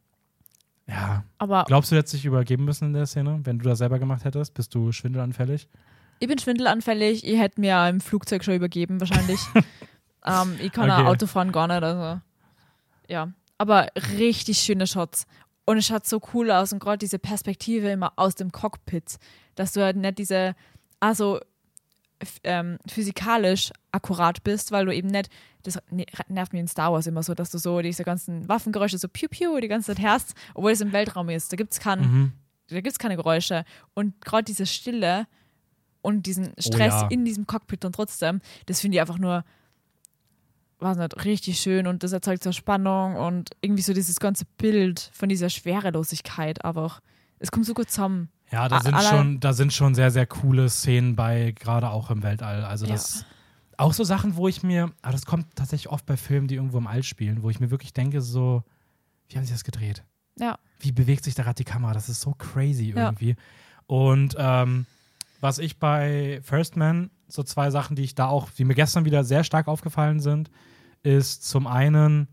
Speaker 1: ja.
Speaker 2: Aber
Speaker 1: Glaubst du, du hättest dich übergeben müssen in der Szene, wenn du das selber gemacht hättest? Bist du schwindelanfällig?
Speaker 2: ich bin schwindelanfällig, ich hätte mir im Flugzeug schon übergeben, wahrscheinlich. ähm, ich kann
Speaker 1: Okay.
Speaker 2: auch Auto fahren gar nicht, also ja. Aber richtig schöne Shots. Und es schaut so cool aus und gerade diese Perspektive immer aus dem Cockpit, dass du halt nicht diese, also f- ähm, physikalisch akkurat bist, weil du eben nicht, das ne- nervt mir in Star Wars immer so, dass du so diese ganzen Waffengeräusche so piu piu die ganze Zeit hörst, obwohl es im Weltraum ist. Da gibt es keinen
Speaker 1: Mhm.
Speaker 2: da gibt es keine Geräusche. Und gerade diese Stille und diesen Stress
Speaker 1: ja.
Speaker 2: in diesem Cockpit und trotzdem, das finde ich einfach nur, weiß nicht, richtig schön und das erzeugt so Spannung und irgendwie so dieses ganze Bild von dieser Schwerelosigkeit einfach. Es kommt so gut zusammen.
Speaker 1: Ja, da
Speaker 2: A-
Speaker 1: sind,
Speaker 2: allein-
Speaker 1: schon, da sind schon sehr, sehr coole Szenen bei, gerade auch im Weltall. Also das auch so Sachen, wo ich mir, aber das kommt tatsächlich oft bei Filmen, die irgendwo im All spielen, wo ich mir wirklich denke, so, wie haben sie das gedreht?
Speaker 2: Ja.
Speaker 1: Wie bewegt sich da gerade die Kamera? Das ist so crazy
Speaker 2: Ja.
Speaker 1: irgendwie. Und ähm, was ich bei First Man so zwei Sachen, die ich da auch, die mir gestern wieder sehr stark aufgefallen sind, ist zum einen,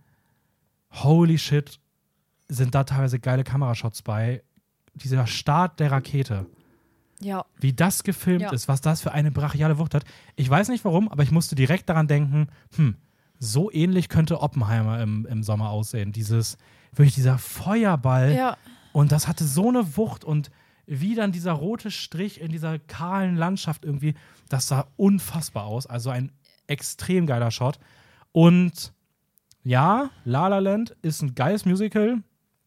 Speaker 1: holy shit, sind da teilweise geile Kamerashots bei. Dieser Start der Rakete.
Speaker 2: Ja.
Speaker 1: Wie das gefilmt
Speaker 2: Ja.
Speaker 1: ist, was das für eine brachiale Wucht hat. Ich weiß nicht warum, aber ich musste direkt daran denken, hm, so ähnlich könnte Oppenheimer im, im Sommer aussehen. Dieses, wirklich dieser Feuerball.
Speaker 2: Ja.
Speaker 1: Und das hatte so eine Wucht und wie dann dieser rote Strich in dieser kahlen Landschaft irgendwie, das sah unfassbar aus. Also ein extrem geiler Shot. Und ja, La La Land ist ein geiles Musical.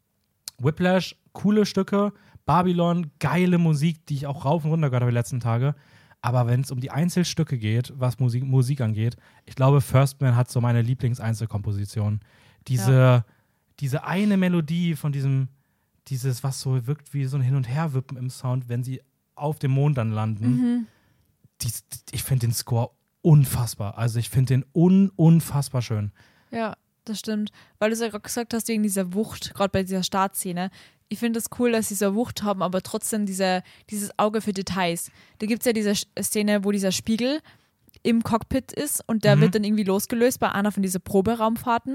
Speaker 1: Whiplash, coole Stücke. Babylon, geile Musik, die ich auch rauf und runter gehört habe die letzten Tage. Aber wenn es um die Einzelstücke geht, was Musik, Musik angeht, ich glaube, First Man hat so meine Lieblings-Einzelkomposition. Diese,
Speaker 2: Ja.
Speaker 1: diese eine Melodie von diesem, dieses, was so wirkt wie so ein Hin- und Herwippen im Sound, wenn sie auf dem Mond dann landen.
Speaker 2: Mhm.
Speaker 1: Die, ich finde den Score unfassbar. Also ich finde den un, unfassbar schön.
Speaker 2: Ja, das stimmt. Weil du es ja gerade gesagt hast, wegen dieser Wucht, gerade bei dieser Startszene. Ich finde es cool, dass sie so eine Wucht haben, aber trotzdem diese, dieses Auge für Details. Da gibt es ja diese Szene, wo dieser Spiegel im Cockpit ist und der
Speaker 1: Mhm.
Speaker 2: wird dann irgendwie losgelöst bei einer von diesen Proberaumfahrten.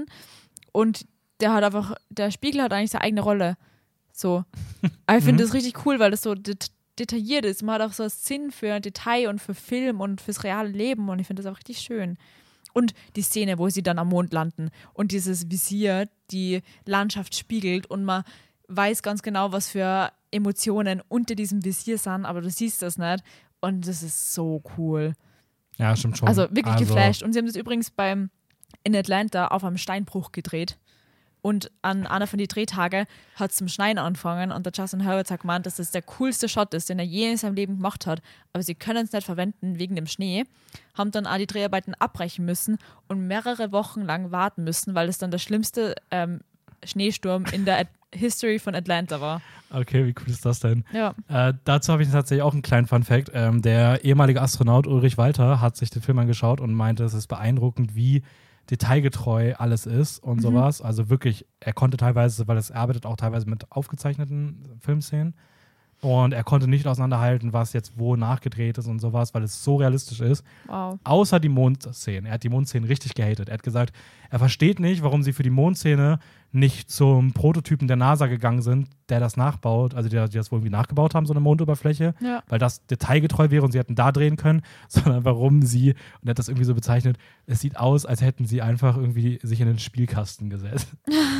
Speaker 2: Und der hat einfach, der Spiegel hat eigentlich seine eigene Rolle. So. Aber ich finde
Speaker 1: Mhm.
Speaker 2: das richtig cool, weil das so det- detailliert ist. Man hat auch so einen Sinn für Detail und für Film und fürs reale Leben und ich finde das auch richtig schön. Und die Szene, wo sie dann am Mond landen und dieses Visier die Landschaft spiegelt und man weiß ganz genau, was für Emotionen unter diesem Visier sind, aber du siehst das nicht und das ist so cool.
Speaker 1: Ja, stimmt schon.
Speaker 2: Also wirklich
Speaker 1: Also,
Speaker 2: geflasht. Und sie haben das übrigens beim in Atlanta auf einem Steinbruch gedreht. Und an einer von den Drehtagen hat es zum Schneien angefangen und der Justin Hurwitz hat gemeint, dass das der coolste Shot ist, den er je in seinem Leben gemacht hat. Aber sie können es nicht verwenden wegen dem Schnee. Haben dann auch die Dreharbeiten abbrechen müssen und mehrere Wochen lang warten müssen, weil es dann der schlimmste ähm, Schneesturm in der Ad- History von Atlanta war.
Speaker 1: Okay, wie cool ist das denn?
Speaker 2: Ja.
Speaker 1: Äh, dazu habe ich tatsächlich auch einen kleinen Fun-Fact. Ähm, der ehemalige Astronaut Ulrich Walter hat sich den Film angeschaut und meinte, es ist beeindruckend, wie detailgetreu alles ist und
Speaker 2: Mhm.
Speaker 1: sowas. Also wirklich, er konnte teilweise, weil es er arbeitet auch teilweise mit aufgezeichneten Filmszenen und er konnte nicht auseinanderhalten, was jetzt wo nachgedreht ist und sowas, weil es so realistisch ist.
Speaker 2: Wow.
Speaker 1: Außer die Mondszenen. Er hat die Mondszenen richtig gehatet. Er hat gesagt, er versteht nicht, warum sie für die Mondszene nicht zum Prototypen der NASA gegangen sind, der das nachbaut, also die, die das wohl irgendwie nachgebaut haben, so eine Mondoberfläche,
Speaker 2: Ja.
Speaker 1: weil das detailgetreu wäre und sie hätten da drehen können, sondern warum sie, und er hat das irgendwie so bezeichnet, es sieht aus, als hätten sie einfach irgendwie sich in den Spielkasten gesetzt.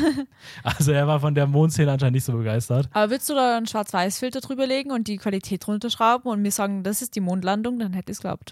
Speaker 1: Also er war von der Mondszene anscheinend nicht so begeistert.
Speaker 2: Aber willst du da einen Schwarz-Weiß-Filter drüber legen und die Qualität runterschrauben und mir sagen, das ist die Mondlandung, dann hätte ich es geglaubt.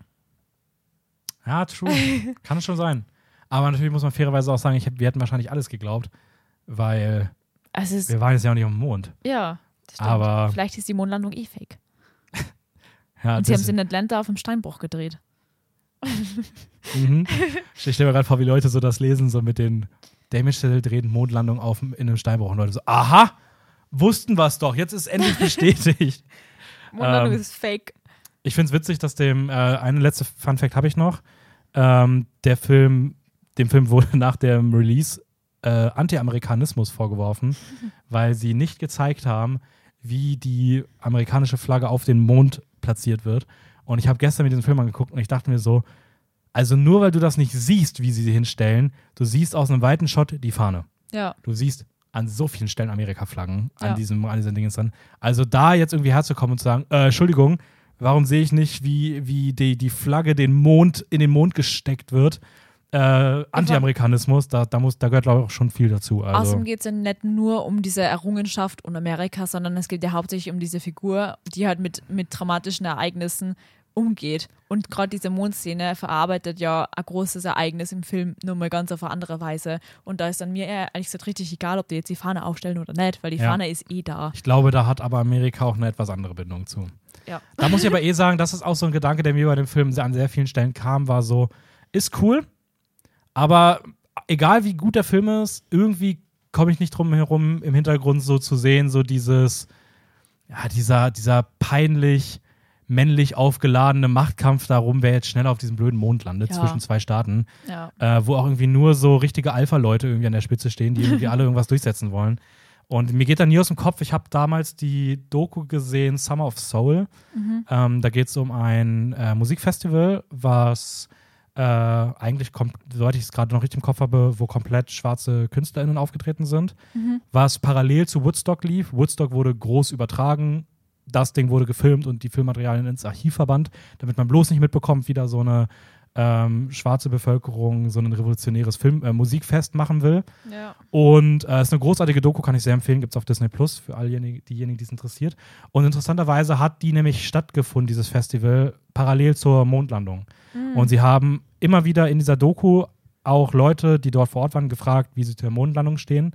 Speaker 1: Ja, true. Kann es schon sein. Aber natürlich muss man fairerweise auch sagen, ich hab, wir hätten wahrscheinlich alles geglaubt, weil
Speaker 2: Also es ist,
Speaker 1: wir waren jetzt ja auch nicht auf dem Mond.
Speaker 2: ja, das stimmt.
Speaker 1: Aber-
Speaker 2: Vielleicht ist die Mondlandung eh fake.
Speaker 1: Ja,
Speaker 2: Und sie haben
Speaker 1: das-
Speaker 2: es in Atlanta auf dem Steinbruch gedreht.
Speaker 1: Mhm. Ich stelle mir gerade vor, wie Leute so das lesen, so mit den Damage Cell dreht Mondlandung auf in einem Steinbruch und Leute so, aha, wussten wir es doch, jetzt ist endlich bestätigt.
Speaker 2: Mondlandung
Speaker 1: Ähm,
Speaker 2: ist fake.
Speaker 1: Ich finde es witzig, dass dem, äh, eine letzte Fun Fact habe ich noch, ähm, der Film, dem Film wurde nach dem Release äh, Anti-Amerikanismus vorgeworfen, weil sie nicht gezeigt haben, wie die amerikanische Flagge auf den Mond platziert wird. Und ich habe gestern mir diesen Film angeguckt und ich dachte mir so, also nur weil du das nicht siehst, wie sie sie hinstellen, du siehst aus einem weiten Shot die Fahne.
Speaker 2: Ja.
Speaker 1: Du siehst an so vielen Stellen Amerika-Flaggen an,
Speaker 2: Ja.
Speaker 1: diesem, an diesen Dingen dran. Also da jetzt irgendwie herzukommen und zu sagen, äh, Entschuldigung, warum sehe ich nicht, wie, wie die, die Flagge den Mond, in den Mond gesteckt wird? Äh, Anti-Amerikanismus, da, da, muss, da gehört glaube ich auch schon viel dazu. Also.
Speaker 2: Außerdem geht es ja nicht nur um diese Errungenschaft und Amerika, sondern es geht ja hauptsächlich um diese Figur, die halt mit, mit dramatischen Ereignissen umgeht. Und gerade diese Mondszene verarbeitet ja ein großes Ereignis im Film nur mal ganz auf eine andere Weise. Und da ist dann mir eher, ehrlich gesagt, richtig egal, ob die jetzt die Fahne aufstellen oder nicht, weil die
Speaker 1: Ja.
Speaker 2: Fahne ist eh da.
Speaker 1: Ich glaube, da hat aber Amerika auch eine etwas andere Bindung zu.
Speaker 2: Ja.
Speaker 1: Da muss ich aber eh sagen, das ist auch so ein Gedanke, der mir bei dem Film sehr, an sehr vielen Stellen kam, war so, ist cool, aber egal wie gut der Film ist, irgendwie komme ich nicht drum herum, im Hintergrund so zu sehen, so dieses, ja, dieser, dieser peinlich männlich aufgeladene Machtkampf darum, wer jetzt schneller auf diesem blöden Mond landet,
Speaker 2: Ja.
Speaker 1: zwischen zwei Staaten,
Speaker 2: Ja.
Speaker 1: äh, wo auch irgendwie nur so richtige Alpha-Leute irgendwie an der Spitze stehen, die irgendwie alle irgendwas durchsetzen wollen. Und mir geht da nie aus dem Kopf, ich habe damals die Doku gesehen, Summer of Soul.
Speaker 2: Mhm.
Speaker 1: Ähm, da geht es um ein äh, Musikfestival, was äh, eigentlich, kommt, soweit ich es gerade noch richtig im Kopf habe, wo komplett schwarze KünstlerInnen aufgetreten sind,
Speaker 2: Mhm.
Speaker 1: was parallel zu Woodstock lief. Woodstock wurde groß übertragen, das Ding wurde gefilmt und die Filmmaterialien ins Archiv verbannt, damit man bloß nicht mitbekommt, wie da so eine ähm, schwarze Bevölkerung so ein revolutionäres Film, äh, Musikfest machen will.
Speaker 2: Ja.
Speaker 1: Und es äh, ist eine großartige Doku, kann ich sehr empfehlen, gibt es auf Disney Plus für all diejenigen, diejenigen, die es interessiert. Und interessanterweise hat die nämlich stattgefunden, dieses Festival, parallel zur Mondlandung.
Speaker 2: Mhm.
Speaker 1: Und sie haben immer wieder in dieser Doku auch Leute, die dort vor Ort waren, gefragt, wie sie zur Mondlandung stehen.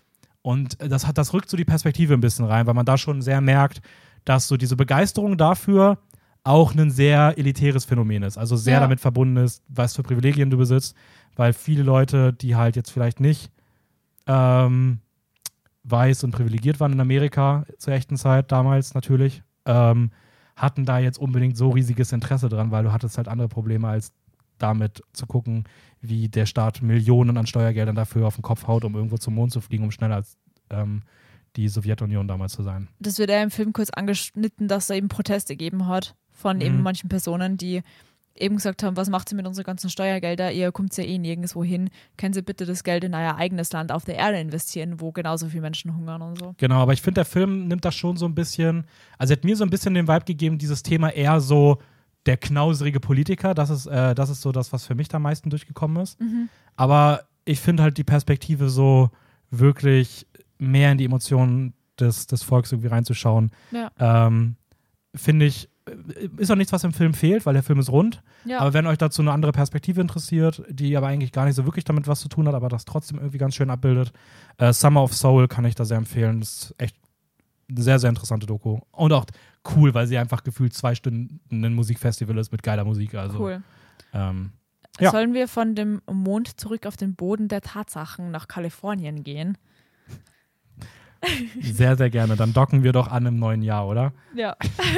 Speaker 1: Und das, hat, das rückt so die Perspektive ein bisschen rein, weil man da schon sehr merkt, dass so diese Begeisterung dafür auch ein sehr elitäres Phänomen ist. Also sehr
Speaker 2: Ja.
Speaker 1: damit verbunden ist, was für Privilegien du besitzt, weil viele Leute, die halt jetzt vielleicht nicht ähm, weiß und privilegiert waren in Amerika zur echten Zeit damals natürlich, ähm, hatten da jetzt unbedingt so riesiges Interesse dran, weil du hattest halt andere Probleme, als damit zu gucken, wie der Staat Millionen an Steuergeldern dafür auf den Kopf haut, um irgendwo zum Mond zu fliegen, um schneller als ähm, die Sowjetunion damals zu sein.
Speaker 2: Das wird ja im Film kurz angeschnitten, dass es eben Proteste gegeben hat von
Speaker 1: Mhm.
Speaker 2: eben manchen Personen, die eben gesagt haben, was macht ihr mit unseren ganzen Steuergelder? Ihr kommt ja eh nirgendwo hin. Können Sie bitte das Geld in euer eigenes Land auf der Erde investieren, wo genauso viele Menschen hungern und so.
Speaker 1: Genau, aber ich finde, der Film nimmt das schon so ein bisschen, also er hat mir so ein bisschen den Vibe gegeben, dieses Thema eher so der knauserige Politiker, das ist, äh, das ist so das, was für mich da am meisten durchgekommen ist.
Speaker 2: Mhm.
Speaker 1: Aber ich finde halt die Perspektive so wirklich mehr in die Emotionen des, des Volks irgendwie reinzuschauen.
Speaker 2: Ja.
Speaker 1: Ähm, finde ich, äh, ist auch nichts, was im Film fehlt, weil der Film ist rund.
Speaker 2: Ja.
Speaker 1: Aber wenn euch dazu eine andere Perspektive interessiert, die aber eigentlich gar nicht so wirklich damit was zu tun hat, aber das trotzdem irgendwie ganz schön abbildet, äh, Summer of Soul kann ich da sehr empfehlen. Das ist echt eine sehr, sehr interessante Doku. Und auch cool, weil sie einfach gefühlt zwei Stunden ein Musikfestival ist mit geiler Musik. Also,
Speaker 2: Cool.
Speaker 1: ähm, ja.
Speaker 2: Sollen wir von dem Mond zurück auf den Boden der Tatsachen nach Kalifornien gehen?
Speaker 1: Sehr, sehr gerne. Dann docken wir doch an im neuen Jahr, oder?
Speaker 2: Ja.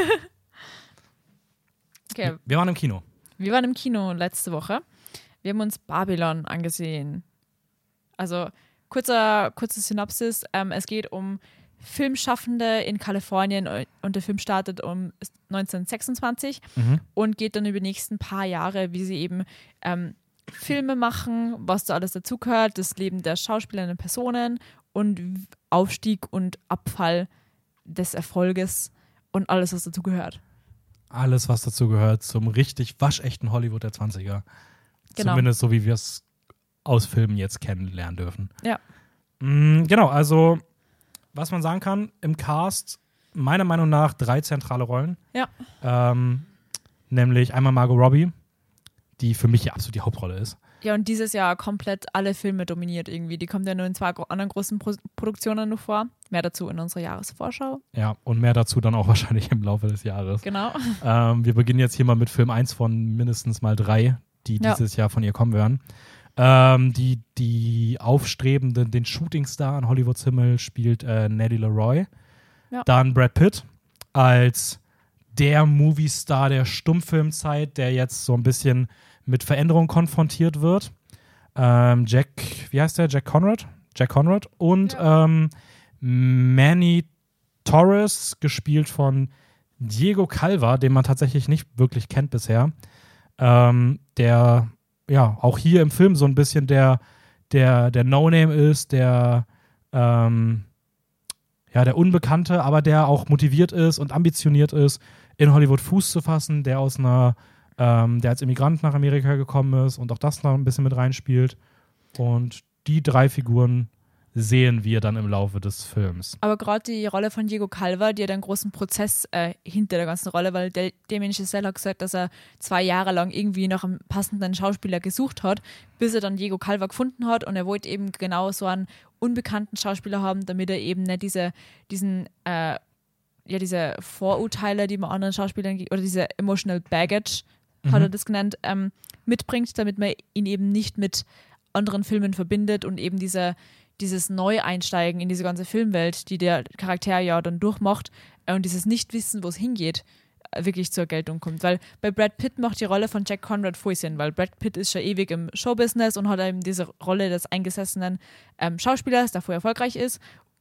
Speaker 2: Okay,
Speaker 1: Wir waren im Kino.
Speaker 2: wir waren im Kino letzte Woche. Wir haben uns Babylon angesehen. Also kurzer, kurze Synopsis. Ähm, es geht um Filmschaffende in Kalifornien und der Film startet um neunzehnhundertsechsundzwanzig
Speaker 1: Mhm.
Speaker 2: und geht dann über die nächsten paar Jahre, wie sie eben ähm, Filme machen, was da alles dazugehört, das Leben der schauspielenden Personen und Aufstieg und Abfall des Erfolges und alles, was dazugehört.
Speaker 1: Alles, was dazu gehört, zum richtig waschechten Hollywood der zwanziger.
Speaker 2: Genau.
Speaker 1: Zumindest so, wie wir es aus Filmen jetzt kennenlernen dürfen.
Speaker 2: Ja.
Speaker 1: Mm, genau, also was man sagen kann, im Cast meiner Meinung nach drei zentrale Rollen.
Speaker 2: Ja.
Speaker 1: Ähm, nämlich einmal Margot Robbie, die für mich ja absolut die Hauptrolle ist.
Speaker 2: Ja, und dieses Jahr komplett alle Filme dominiert irgendwie. Die kommt ja nur in zwei gro- anderen großen Pro- Produktionen nur vor. Mehr dazu in unserer Jahresvorschau.
Speaker 1: Ja, und mehr dazu dann auch wahrscheinlich im Laufe des Jahres.
Speaker 2: Genau.
Speaker 1: Ähm, wir beginnen jetzt hier mal mit Film eins von mindestens mal drei, die
Speaker 2: Ja.
Speaker 1: dieses Jahr von ihr kommen werden. Ähm, die, die aufstrebende, den Shootingstar an Hollywoods Himmel spielt äh, Nellie Leroy.
Speaker 2: Ja.
Speaker 1: Dann Brad Pitt als der Movie-Star der Stummfilmzeit, der jetzt so ein bisschen mit Veränderungen konfrontiert wird. Ähm, Jack, wie heißt der? Jack Conrad? Jack Conrad. Und
Speaker 2: Ja.
Speaker 1: ähm, Manny Torres, gespielt von Diego Calva, den man tatsächlich nicht wirklich kennt bisher. Ähm, der ja auch hier im Film so ein bisschen der, der, der No-Name ist, der ähm, ja, der Unbekannte, aber der auch motiviert ist und ambitioniert ist, in Hollywood Fuß zu fassen, der aus einer, ähm, der als Immigrant nach Amerika gekommen ist und auch das noch ein bisschen mit reinspielt. Und die drei Figuren sehen wir dann im Laufe des Films.
Speaker 2: Aber gerade die Rolle von Diego Calva, die hat einen großen Prozess äh, hinter der ganzen Rolle, weil der, Damien Chazelle hat gesagt, dass er zwei Jahre lang irgendwie nach einem passenden Schauspieler gesucht hat, bis er dann Diego Calva gefunden hat und er wollte eben genau so einen unbekannten Schauspieler haben, damit er eben nicht diese, diesen, äh, ja, diese Vorurteile, die man anderen Schauspielern gibt, oder diese emotional baggage,
Speaker 1: Mhm.
Speaker 2: hat er das genannt, ähm, mitbringt, damit man ihn eben nicht mit anderen Filmen verbindet und eben diese dieses Neueinsteigen in diese ganze Filmwelt, die der Charakter ja dann durchmacht äh, und dieses Nichtwissen, wo es hingeht, äh, wirklich zur Geltung kommt. Weil bei Brad Pitt macht die Rolle von Jack Conrad voll Sinn, weil Brad Pitt ist schon ewig im Showbusiness und hat eben diese Rolle des eingesessenen ähm, Schauspielers, der voll erfolgreich ist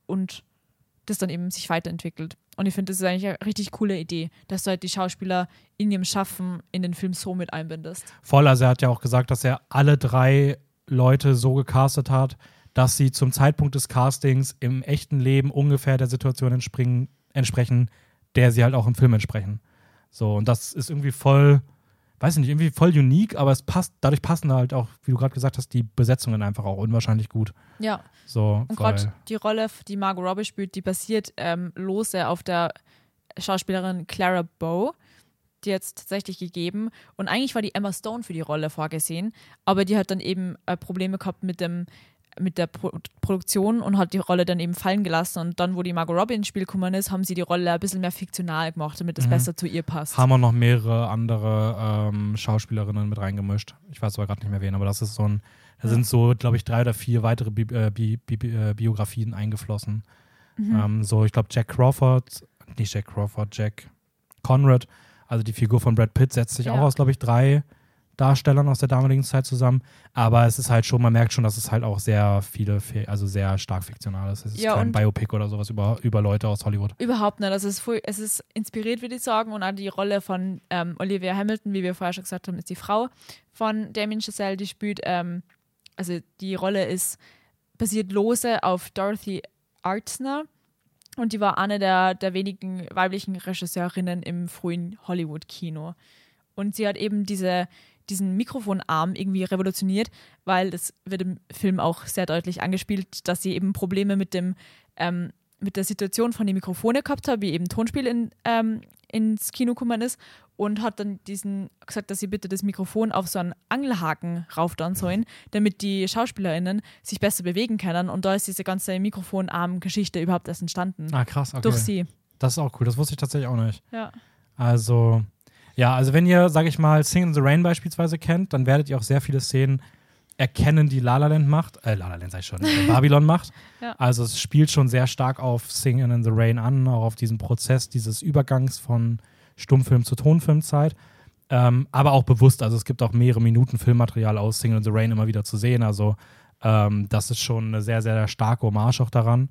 Speaker 2: und das dann eben sich weiterentwickelt. Und ich finde, das ist eigentlich eine richtig coole Idee, dass du halt die Schauspieler in ihrem Schaffen in den Film so mit einbindest.
Speaker 1: Voll, also er hat ja auch gesagt, dass er alle drei Leute so gecastet hat, dass sie zum Zeitpunkt des Castings im echten Leben ungefähr der Situation entspringen, entsprechen, der sie halt auch im Film entsprechen. So, und das ist irgendwie voll, weiß ich nicht, irgendwie voll unique, aber es passt, dadurch passen halt auch, wie du gerade gesagt hast, die Besetzungen einfach auch unwahrscheinlich gut.
Speaker 2: Ja.
Speaker 1: So,
Speaker 2: und gerade die Rolle, die Margot Robbie spielt, die basiert ähm, lose auf der Schauspielerin Clara Bow. Die hat es tatsächlich gegeben. Und eigentlich war die Emma Stone für die Rolle vorgesehen, aber die hat dann eben äh, Probleme gehabt mit dem mit der Pro- Produktion und hat die Rolle dann eben fallen gelassen. Und dann, wo die Margot Robbie ins Spiel gekommen ist, haben sie die Rolle ein bisschen mehr fiktional gemacht, damit es
Speaker 1: Mhm.
Speaker 2: besser zu ihr passt.
Speaker 1: Haben wir noch mehrere andere ähm, Schauspielerinnen mit reingemischt. Ich weiß aber gerade nicht mehr wen, aber das ist so ein, da
Speaker 2: Ja.
Speaker 1: sind so, glaube ich, drei oder vier weitere Bi äh, Bi Bi äh, Biografien eingeflossen.
Speaker 2: Mhm.
Speaker 1: Ähm, so, ich glaube, Jack Crawford, nicht Jack Crawford, Jack Conrad, also die Figur von Brad Pitt, setzt sich
Speaker 2: Ja.
Speaker 1: auch aus, glaube ich, drei Darstellern aus der damaligen Zeit zusammen. Aber es ist halt schon, man merkt schon, dass es halt auch sehr viele, also sehr stark fiktional ist. Es ist
Speaker 2: Ja,
Speaker 1: kein
Speaker 2: und-
Speaker 1: Biopic oder sowas über, über Leute aus Hollywood.
Speaker 2: Überhaupt nicht. Also es ist, voll, es ist inspiriert, würde ich sagen. Und auch die Rolle von ähm, Olivia Hamilton, wie wir vorher schon gesagt haben, ist die Frau von Damien Chazelle, die spielt, ähm, also die Rolle ist basiert lose auf Dorothy Artsner. Und die war eine der, der wenigen weiblichen Regisseurinnen im frühen Hollywood-Kino. Und sie hat eben diese, diesen Mikrofonarm irgendwie revolutioniert, weil das wird im Film auch sehr deutlich angespielt, dass sie eben Probleme mit dem ähm, mit der Situation von den Mikrofone gehabt hat, wie eben Tonspiel in, ähm, ins Kino gekommen ist und hat dann diesen gesagt, dass sie bitte das Mikrofon auf so einen Angelhaken raufdrehen sollen, damit die SchauspielerInnen sich besser bewegen können. Und da ist diese ganze Mikrofonarm-Geschichte überhaupt erst entstanden.
Speaker 1: Ah, krass, okay.
Speaker 2: Durch sie.
Speaker 1: Das ist auch cool, das wusste ich tatsächlich auch nicht.
Speaker 2: Ja.
Speaker 1: Also, ja, also wenn ihr, sag ich mal, Sing in the Rain beispielsweise kennt, dann werdet ihr auch sehr viele Szenen erkennen, die La La Land macht. Äh, La La Land sag ich schon, äh, Babylon macht.
Speaker 2: Ja.
Speaker 1: Also es spielt schon sehr stark auf Sing in the Rain an, auch auf diesen Prozess dieses Übergangs von Stummfilm zur Tonfilmzeit. Ähm, aber auch bewusst, also es gibt auch mehrere Minuten Filmmaterial aus Sing in the Rain immer wieder zu sehen. Also ähm, das ist schon eine sehr, sehr starke Hommage auch daran.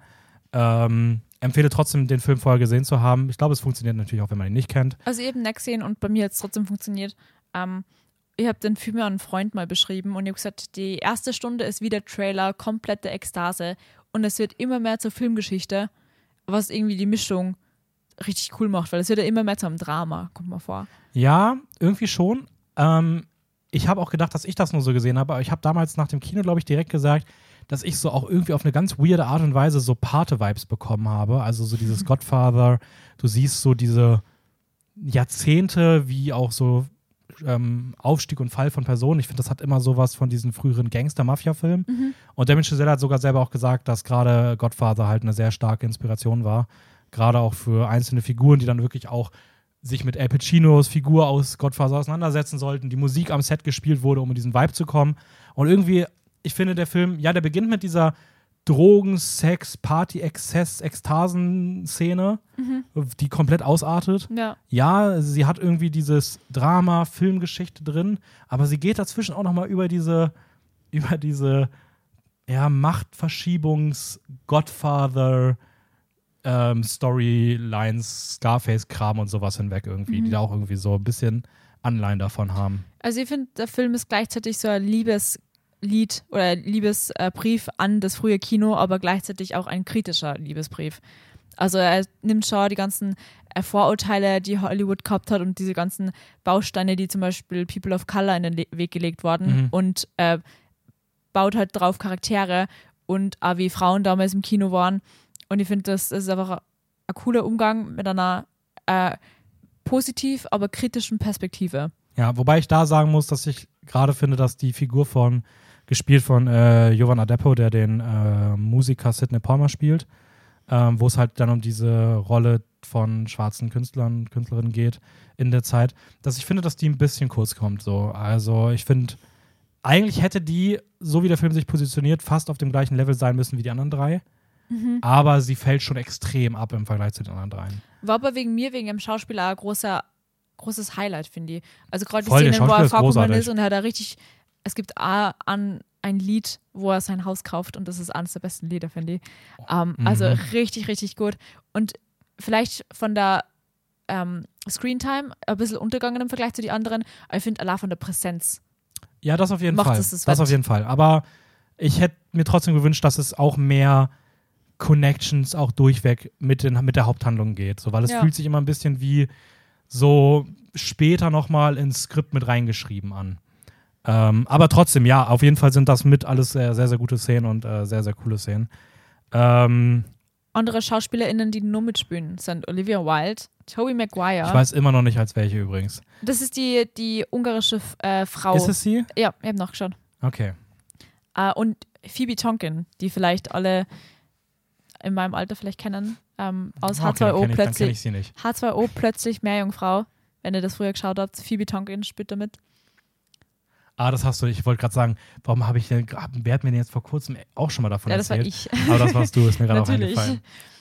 Speaker 1: Ähm, empfehle trotzdem, den Film vorher gesehen zu haben. Ich glaube, es funktioniert natürlich auch, wenn man ihn nicht kennt.
Speaker 2: Also eben nicht gesehen und bei mir hat es trotzdem funktioniert. Ähm, ich habe den Film an einen Freund mal beschrieben und ich habe gesagt, die erste Stunde ist wie der Trailer, komplette Ekstase und es wird immer mehr zur Filmgeschichte, was irgendwie die Mischung richtig cool macht, weil es wird ja immer mehr zu einem Drama, kommt mal vor.
Speaker 1: Ja, irgendwie schon. Ähm, ich habe auch gedacht, dass ich das nur so gesehen habe, aber ich habe damals nach dem Kino, glaube ich, direkt gesagt, dass ich so auch irgendwie auf eine ganz weirde Art und Weise so Pate-Vibes bekommen habe. Also so dieses Godfather, du siehst so diese Jahrzehnte, wie auch so ähm, Aufstieg und Fall von Personen. Ich finde, das hat immer sowas von diesen früheren Gangster-Mafia-Filmen.
Speaker 2: Mhm.
Speaker 1: Und Damien Chazelle hat sogar selber auch gesagt, dass gerade Godfather halt eine sehr starke Inspiration war. Gerade auch für einzelne Figuren, die dann wirklich auch sich mit Al Pacinos Figur aus Godfather auseinandersetzen sollten, die Musik am Set gespielt wurde, um in diesen Vibe zu kommen. Und irgendwie, ich finde, der Film, ja, der beginnt mit dieser Drogen-, Sex-, Party-, Exzess-, Ekstasen-Szene,
Speaker 2: Mhm.
Speaker 1: die komplett ausartet.
Speaker 2: Ja.
Speaker 1: Ja, sie hat irgendwie dieses Drama, Filmgeschichte drin, aber sie geht dazwischen auch nochmal über diese, über diese, ja, Machtverschiebungs-, Godfather- Ähm, Storylines, Scarface-Kram und sowas hinweg irgendwie,
Speaker 2: Mhm.
Speaker 1: die da auch irgendwie so ein bisschen Anleihen davon haben.
Speaker 2: Also ich finde, der Film ist gleichzeitig so ein Liebeslied oder Liebesbrief an das frühe Kino, aber gleichzeitig auch ein kritischer Liebesbrief. Also er nimmt schon die ganzen äh, Vorurteile, die Hollywood gehabt hat und diese ganzen Bausteine, die zum Beispiel People of Color in den Le- Weg gelegt wurden
Speaker 1: Mhm.
Speaker 2: und äh, baut halt drauf Charaktere und auch wie Frauen damals im Kino waren. Und ich finde, das, das ist einfach ein, ein cooler Umgang mit einer äh, positiv, aber kritischen Perspektive.
Speaker 1: Ja, wobei ich da sagen muss, dass ich gerade finde, dass die Figur von, gespielt von äh, Jovan Adepo, der den äh, Musiker Sidney Palmer spielt, ähm, wo es halt dann um diese Rolle von schwarzen Künstlern, Künstlerinnen geht in der Zeit, dass ich finde, dass die ein bisschen kurz kommt. So. Also ich finde, eigentlich hätte die, so wie der Film sich positioniert, fast auf dem gleichen Level sein müssen wie die anderen drei.
Speaker 2: Mhm.
Speaker 1: Aber sie fällt schon extrem ab im Vergleich zu den anderen dreien.
Speaker 2: War aber wegen mir, wegen dem Schauspieler, ein großer, großes Highlight, finde ich. Also gerade die
Speaker 1: Voll, der
Speaker 2: Szenen, wo
Speaker 1: Schauspieler
Speaker 2: er
Speaker 1: ist
Speaker 2: vorgekommen
Speaker 1: großartig.
Speaker 2: ist und er hat da richtig, es gibt auch an, ein Lied, wo er sein Haus kauft und das ist eines der besten Lieder, finde ich. Ähm, mhm. Also richtig, richtig gut. Und vielleicht von der ähm, Screentime ein bisschen untergegangen im Vergleich zu den anderen, aber ich finde allein von der Präsenz.
Speaker 1: Ja, das auf jeden Fall.
Speaker 2: Das,
Speaker 1: das auf jeden Fall. Aber ich hätte mir trotzdem gewünscht, dass es auch mehr Connections auch durchweg mit, den, mit der Haupthandlung geht. So, weil es ja. fühlt sich immer ein bisschen wie so später nochmal ins Skript mit reingeschrieben an. Ähm, aber trotzdem, ja, auf jeden Fall sind das mit alles sehr, sehr, sehr gute Szenen und äh, sehr, sehr coole Szenen. Ähm,
Speaker 2: Andere SchauspielerInnen, die nur mitspielen, sind Olivia Wilde, Tobey Maguire.
Speaker 1: Ich weiß immer noch nicht, als welche übrigens.
Speaker 2: Das ist die, die ungarische äh, Frau.
Speaker 1: Ist es sie?
Speaker 2: Ja, ich habe nachgeschaut.
Speaker 1: Okay.
Speaker 2: Äh, und Phoebe Tonkin, die vielleicht alle in meinem Alter vielleicht kennen, ähm, aus
Speaker 1: okay,
Speaker 2: H zwei O
Speaker 1: dann ich,
Speaker 2: plötzlich.
Speaker 1: Dann kenn ich sie nicht.
Speaker 2: H zwei O plötzlich Meerjungfrau, wenn ihr das früher geschaut habt. Phoebe Tonkin spielt damit.
Speaker 1: Ah, das hast du, ich wollte gerade sagen, warum habe ich denn, wer hat mir denn jetzt vor kurzem auch schon mal davon
Speaker 2: ja, das
Speaker 1: erzählt?
Speaker 2: Ja, das war
Speaker 1: ich. Aber das warst du, ist mir gerade auch eingefallen.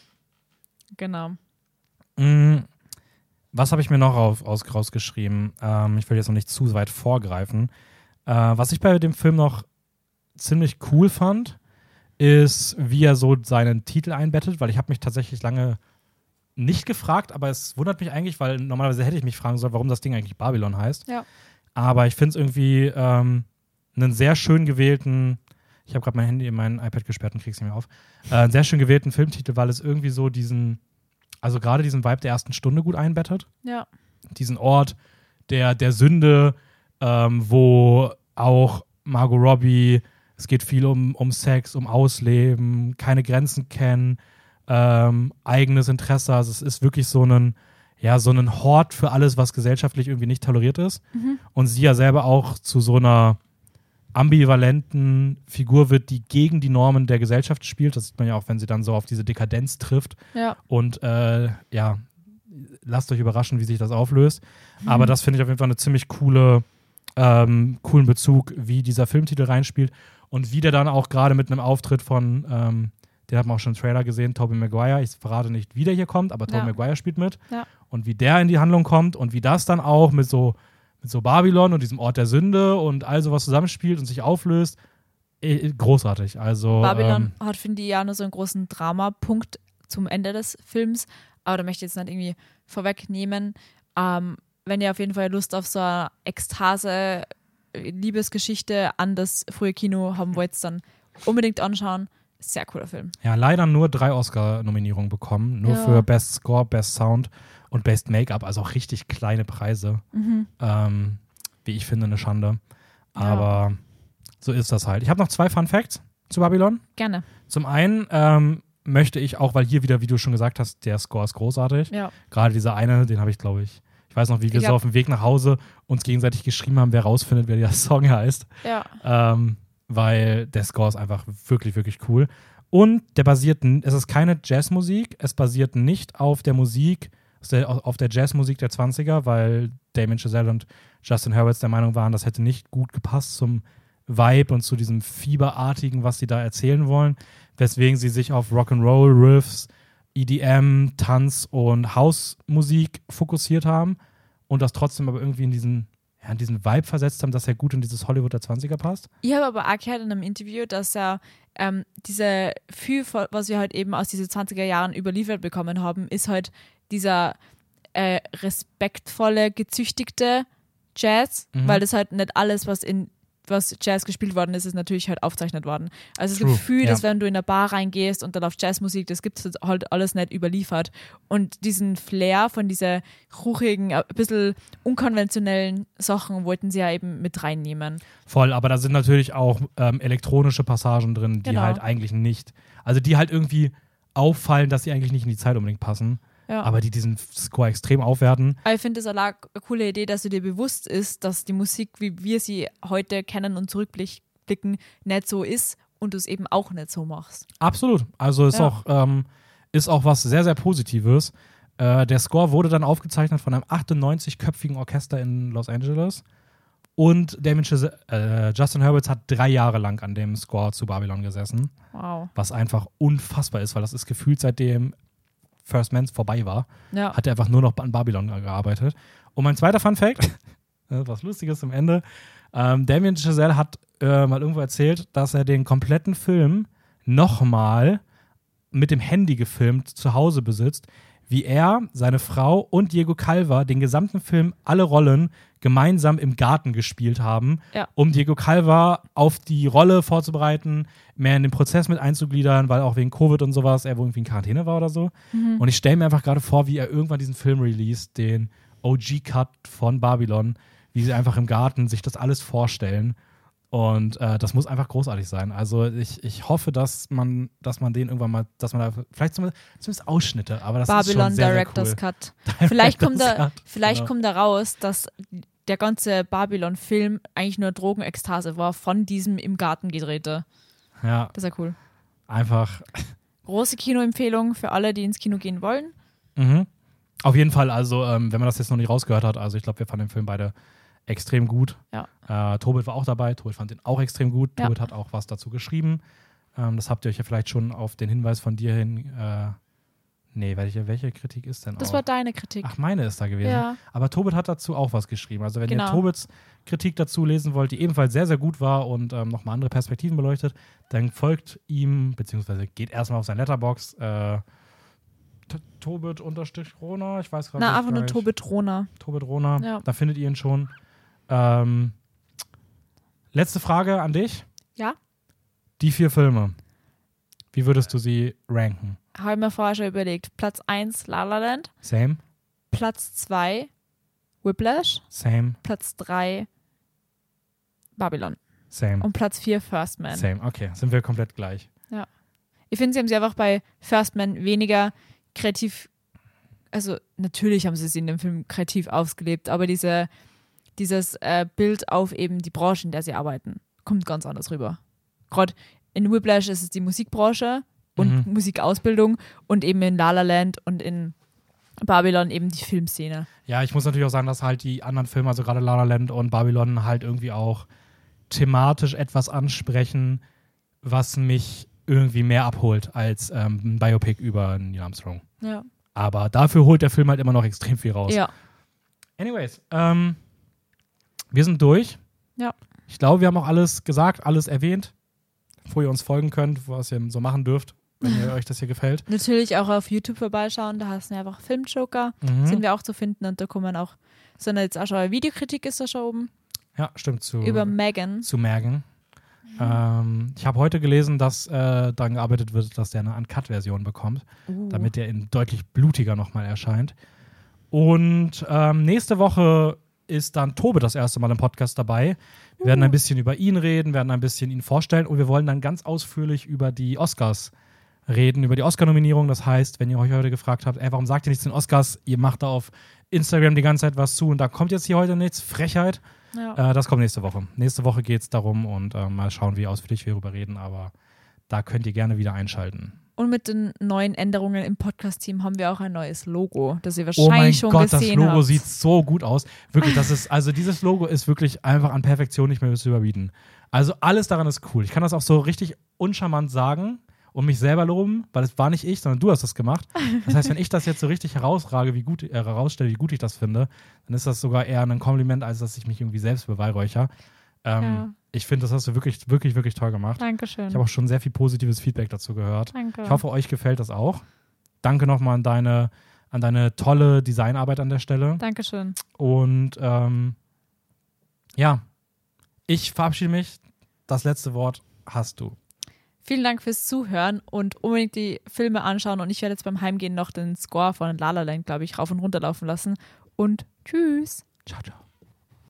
Speaker 2: Genau.
Speaker 1: Mhm. Was habe ich mir noch auf, aus, rausgeschrieben? Ähm, ich will jetzt noch nicht zu weit vorgreifen. Äh, was ich bei dem Film noch ziemlich cool fand, ist, wie er so seinen Titel einbettet, weil ich habe mich tatsächlich lange nicht gefragt, aber es wundert mich eigentlich, weil normalerweise hätte ich mich fragen sollen, warum das Ding eigentlich Babylon heißt.
Speaker 2: Ja.
Speaker 1: Aber ich finde es irgendwie ähm, einen sehr schön gewählten, ich habe gerade mein Handy in mein iPad gesperrt und krieg's nicht mehr auf, äh, einen sehr schön gewählten Filmtitel, weil es irgendwie so diesen, also gerade diesen Vibe der ersten Stunde gut einbettet.
Speaker 2: Ja.
Speaker 1: Diesen Ort der, der Sünde, ähm, wo auch Margot Robbie, es geht viel um, um Sex, um Ausleben, keine Grenzen kennen, ähm, eigenes Interesse. Also es ist wirklich so ein, ja, so ein Hort für alles, was gesellschaftlich irgendwie nicht toleriert ist.
Speaker 2: Mhm.
Speaker 1: Und sie ja selber auch zu so einer ambivalenten Figur wird, die gegen die Normen der Gesellschaft spielt. Das sieht man ja auch, wenn sie dann so auf diese Dekadenz trifft.
Speaker 2: Ja.
Speaker 1: Und äh, ja, lasst euch überraschen, wie sich das auflöst. Mhm. Aber das finde ich auf jeden Fall eine ziemlich coole, ähm, coolen Bezug, wie dieser Filmtitel reinspielt und wie der dann auch gerade mit einem Auftritt von, ähm, den hat man auch schon im Trailer gesehen, Tobey Maguire. Ich verrate nicht, wie der hier kommt, aber Tobey ja. Maguire spielt mit.
Speaker 2: Ja.
Speaker 1: Und wie der in die Handlung kommt und wie das dann auch mit so, mit so Babylon und diesem Ort der Sünde und all sowas zusammenspielt und sich auflöst. Eh, großartig. Also,
Speaker 2: Babylon
Speaker 1: ähm,
Speaker 2: hat, finde ich, ja nur so einen großen Dramapunkt zum Ende des Films. Aber da möchte ich jetzt nicht irgendwie vorwegnehmen. Ähm, wenn ihr auf jeden Fall Lust auf so eine Ekstase, Liebesgeschichte an das frühe Kino haben wollt, dann unbedingt anschauen. Sehr cooler Film.
Speaker 1: Ja, leider nur drei Oscar-Nominierungen bekommen. Nur
Speaker 2: ja.
Speaker 1: für Best Score, Best Sound und Best Make-up. Also auch richtig kleine Preise.
Speaker 2: Mhm.
Speaker 1: Ähm, wie ich finde, eine Schande. Aber ja. so ist das halt. Ich habe noch zwei Fun Facts zu Babylon.
Speaker 2: Gerne.
Speaker 1: Zum einen ähm, möchte ich auch, weil hier wieder, wie du schon gesagt hast, der Score ist großartig.
Speaker 2: Ja.
Speaker 1: Gerade dieser eine, den habe ich, glaube ich, ich weiß noch, wie wir ich so auf dem Weg nach Hause uns gegenseitig geschrieben haben, wer rausfindet, wer der Song heißt.
Speaker 2: Ja.
Speaker 1: Ähm, weil der Score ist einfach wirklich, wirklich cool. Und der basiert, es ist keine Jazzmusik, es basiert nicht auf der Musik, auf der Jazzmusik der zwanziger, weil Damien Chazelle und Justin Hurwitz der Meinung waren, das hätte nicht gut gepasst zum Vibe und zu diesem Fieberartigen, was sie da erzählen wollen, weswegen sie sich auf Rock'n'Roll, Riffs, E D M, Tanz und House-Musik fokussiert haben und das trotzdem aber irgendwie in diesen, ja, in diesen Vibe versetzt haben, dass er gut in dieses Hollywood der zwanziger passt.
Speaker 2: Ich habe aber auch gehört in einem Interview, dass er ähm, diese viel, was wir halt eben aus diesen zwanziger Jahren überliefert bekommen haben, ist halt dieser äh, respektvolle, gezüchtigte Jazz, mhm. weil das halt nicht alles, was in was Jazz gespielt worden ist, ist natürlich halt aufgezeichnet worden. Also das
Speaker 1: True.
Speaker 2: Gefühl,
Speaker 1: ja.
Speaker 2: dass wenn du in eine Bar reingehst und dann auf Jazzmusik, das gibt es halt alles nicht überliefert. Und diesen Flair von dieser ruchigen, ein bisschen unkonventionellen Sachen wollten sie ja eben mit reinnehmen.
Speaker 1: Voll, aber da sind natürlich auch ähm, elektronische Passagen drin, die
Speaker 2: genau.
Speaker 1: halt eigentlich nicht, also die halt irgendwie auffallen, dass sie eigentlich nicht in die Zeit unbedingt passen.
Speaker 2: Ja.
Speaker 1: Aber die diesen Score extrem aufwerten.
Speaker 2: Aber ich finde es eine coole Idee, dass du dir bewusst ist, dass die Musik, wie wir sie heute kennen und zurückblicken, nicht so ist und du es eben auch nicht so machst.
Speaker 1: Absolut. Also ist,
Speaker 2: ja.
Speaker 1: auch, ähm, ist auch was sehr, sehr Positives. Äh, der Score wurde dann aufgezeichnet von einem achtundneunzig-köpfigen Orchester in Los Angeles. Und Damien Chazelle, äh, Justin Hurwitz hat drei Jahre lang an dem Score zu Babylon gesessen.
Speaker 2: Wow.
Speaker 1: Was einfach unfassbar ist, weil das ist gefühlt seitdem First Man vorbei war,
Speaker 2: ja.
Speaker 1: hat er einfach nur noch an Babylon gearbeitet. Und mein zweiter Fun Fact, was Lustiges zum Ende, ähm, Damien Chazelle hat äh, mal irgendwo erzählt, dass er den kompletten Film nochmal mit dem Handy gefilmt zu Hause besitzt, wie er, seine Frau und Diego Calva den gesamten Film alle Rollen gemeinsam im Garten gespielt haben,
Speaker 2: Ja.
Speaker 1: um Diego Calva auf die Rolle vorzubereiten, mehr in den Prozess mit einzugliedern, weil auch wegen Covid und sowas er wohl irgendwie in Quarantäne war oder so.
Speaker 2: Mhm.
Speaker 1: Und ich stelle mir einfach gerade vor, wie er irgendwann diesen Film released, den O G-Cut von Babylon, wie sie einfach im Garten sich das alles vorstellen. Und äh, das muss einfach großartig sein. Also ich, ich hoffe, dass man, dass man den irgendwann mal, dass man da vielleicht zumindest, zumindest Ausschnitte, aber das
Speaker 2: Babylon
Speaker 1: ist schon sehr,
Speaker 2: Director's
Speaker 1: sehr cool.
Speaker 2: Cut. Vielleicht kommt da,
Speaker 1: Cut,
Speaker 2: vielleicht
Speaker 1: genau.
Speaker 2: kommt da raus, dass der ganze Babylon-Film eigentlich nur Drogenekstase war von diesem im Garten gedrehte.
Speaker 1: Ja,
Speaker 2: Das ist ja cool.
Speaker 1: einfach.
Speaker 2: Große Kinoempfehlung für alle, die ins Kino gehen wollen.
Speaker 1: Mhm. Auf jeden Fall, also ähm, wenn man das jetzt noch nicht rausgehört hat, also ich glaube, wir fanden den Film beide extrem gut.
Speaker 2: Ja.
Speaker 1: Äh, Tobit war auch dabei, Tobit fand den auch extrem gut.
Speaker 2: Ja.
Speaker 1: Tobit hat auch was dazu geschrieben. Ähm, das habt ihr euch ja vielleicht schon auf den Hinweis von dir hin. Äh, nee, welche, welche Kritik ist denn
Speaker 2: Das
Speaker 1: auch?
Speaker 2: war deine Kritik.
Speaker 1: Ach, meine ist da gewesen.
Speaker 2: Ja.
Speaker 1: Aber Tobit hat dazu auch was geschrieben. Also wenn
Speaker 2: Genau.
Speaker 1: ihr Tobits Kritik dazu lesen wollt, die ebenfalls sehr, sehr gut war und ähm, nochmal andere Perspektiven beleuchtet, dann folgt ihm, beziehungsweise geht erstmal auf sein Letterbox. Äh, T- Tobit unterstrich Rona, ich weiß gerade
Speaker 2: Na,
Speaker 1: nicht.
Speaker 2: einfach nur
Speaker 1: gar nicht.
Speaker 2: Tobit Rona.
Speaker 1: Tobit Rona,
Speaker 2: Ja.
Speaker 1: da findet ihr ihn schon. Ähm, letzte Frage an dich.
Speaker 2: Ja?
Speaker 1: Die vier Filme, wie würdest du sie ranken?
Speaker 2: Habe ich mir vorher schon überlegt. Platz eins La La Land,
Speaker 1: Same?
Speaker 2: Platz zwei Whiplash,
Speaker 1: Same?
Speaker 2: Platz drei Babylon
Speaker 1: Same?
Speaker 2: und Platz vier First Man.
Speaker 1: Same, okay, sind wir komplett gleich.
Speaker 2: Ich finde, sie haben sie einfach bei First Man weniger kreativ, also natürlich haben sie sie in dem Film kreativ ausgelebt, aber diese, dieses äh, Bild auf eben die Branche, in der sie arbeiten, kommt ganz anders rüber. Gerade in Whiplash ist es die Musikbranche und
Speaker 1: Mhm.
Speaker 2: Musikausbildung und eben in La La Land und in Babylon eben die Filmszene.
Speaker 1: Ja, ich muss natürlich auch sagen, dass halt die anderen Filme, also gerade La La Land und Babylon, halt irgendwie auch thematisch etwas ansprechen, was mich irgendwie mehr abholt als ähm, ein Biopic über Neil Armstrong.
Speaker 2: Ja.
Speaker 1: Aber dafür holt der Film halt immer noch extrem viel raus.
Speaker 2: Ja.
Speaker 1: Anyways, ähm, wir sind durch.
Speaker 2: Ja.
Speaker 1: Ich glaube, wir haben auch alles gesagt, alles erwähnt, wo ihr uns folgen könnt, was ihr so machen dürft, wenn ihr euch das hier gefällt.
Speaker 2: Natürlich auch auf YouTube vorbeischauen, da hast du einfach Filmjoker,
Speaker 1: Mhm.
Speaker 2: sind wir auch zu finden und da kann man auch, sondern jetzt auch schon eine Videokritik ist da schon oben,
Speaker 1: Ja, stimmt. Zu,
Speaker 2: über Megan.
Speaker 1: zu Mergen. Ähm, ich habe heute gelesen, dass äh, daran gearbeitet wird, dass der eine Uncut-Version bekommt,
Speaker 2: Uh.
Speaker 1: damit der in deutlich blutiger nochmal erscheint. Und ähm, nächste Woche ist dann Tobe das erste Mal im Podcast dabei. Wir werden ein bisschen über ihn reden, werden ein bisschen ihn vorstellen und wir wollen dann ganz ausführlich über die Oscars reden, über die Oscar-Nominierung. Das heißt, wenn ihr euch heute gefragt habt, ey, warum sagt ihr nichts zu den Oscars? Ihr macht da auf Instagram die ganze Zeit was zu und da kommt jetzt hier heute nichts. Frechheit.
Speaker 2: Ja.
Speaker 1: Äh, das kommt nächste Woche. Nächste Woche geht es darum und äh, mal schauen, wie ausführlich wir darüber reden, aber da könnt ihr gerne wieder einschalten.
Speaker 2: Und mit den neuen Änderungen im Podcast-Team haben wir auch ein neues Logo, das ihr
Speaker 1: Oh
Speaker 2: wahrscheinlich
Speaker 1: mein
Speaker 2: schon
Speaker 1: Gott, das
Speaker 2: gesehen
Speaker 1: Logo
Speaker 2: habt.
Speaker 1: sieht so gut aus. Wirklich, das ist, also dieses Logo ist wirklich einfach an Perfektion nicht mehr zu überbieten. Also alles daran ist cool. Ich kann das auch so richtig uncharmant sagen und mich selber loben, weil es war nicht ich, sondern du hast das gemacht. Das heißt, wenn ich das jetzt so richtig herausrage, wie gut, äh, herausstelle, wie gut ich das finde, dann ist das sogar eher ein Kompliment, als dass ich mich irgendwie selbst beweihräucher. Ähm,
Speaker 2: Ja.
Speaker 1: Ich finde, das hast du wirklich, wirklich, wirklich toll gemacht.
Speaker 2: Dankeschön.
Speaker 1: Ich habe auch schon sehr viel positives Feedback dazu gehört.
Speaker 2: Danke.
Speaker 1: Ich hoffe, euch gefällt das auch. Danke nochmal an deine, an deine tolle Designarbeit an der Stelle.
Speaker 2: Dankeschön.
Speaker 1: Und ähm, ja, ich verabschiede mich. Das letzte Wort hast du.
Speaker 2: Vielen Dank fürs Zuhören und unbedingt die Filme anschauen und ich werde jetzt beim Heimgehen noch den Score von La La Land, glaube ich, rauf und runter laufen lassen und tschüss.
Speaker 1: Ciao, ciao.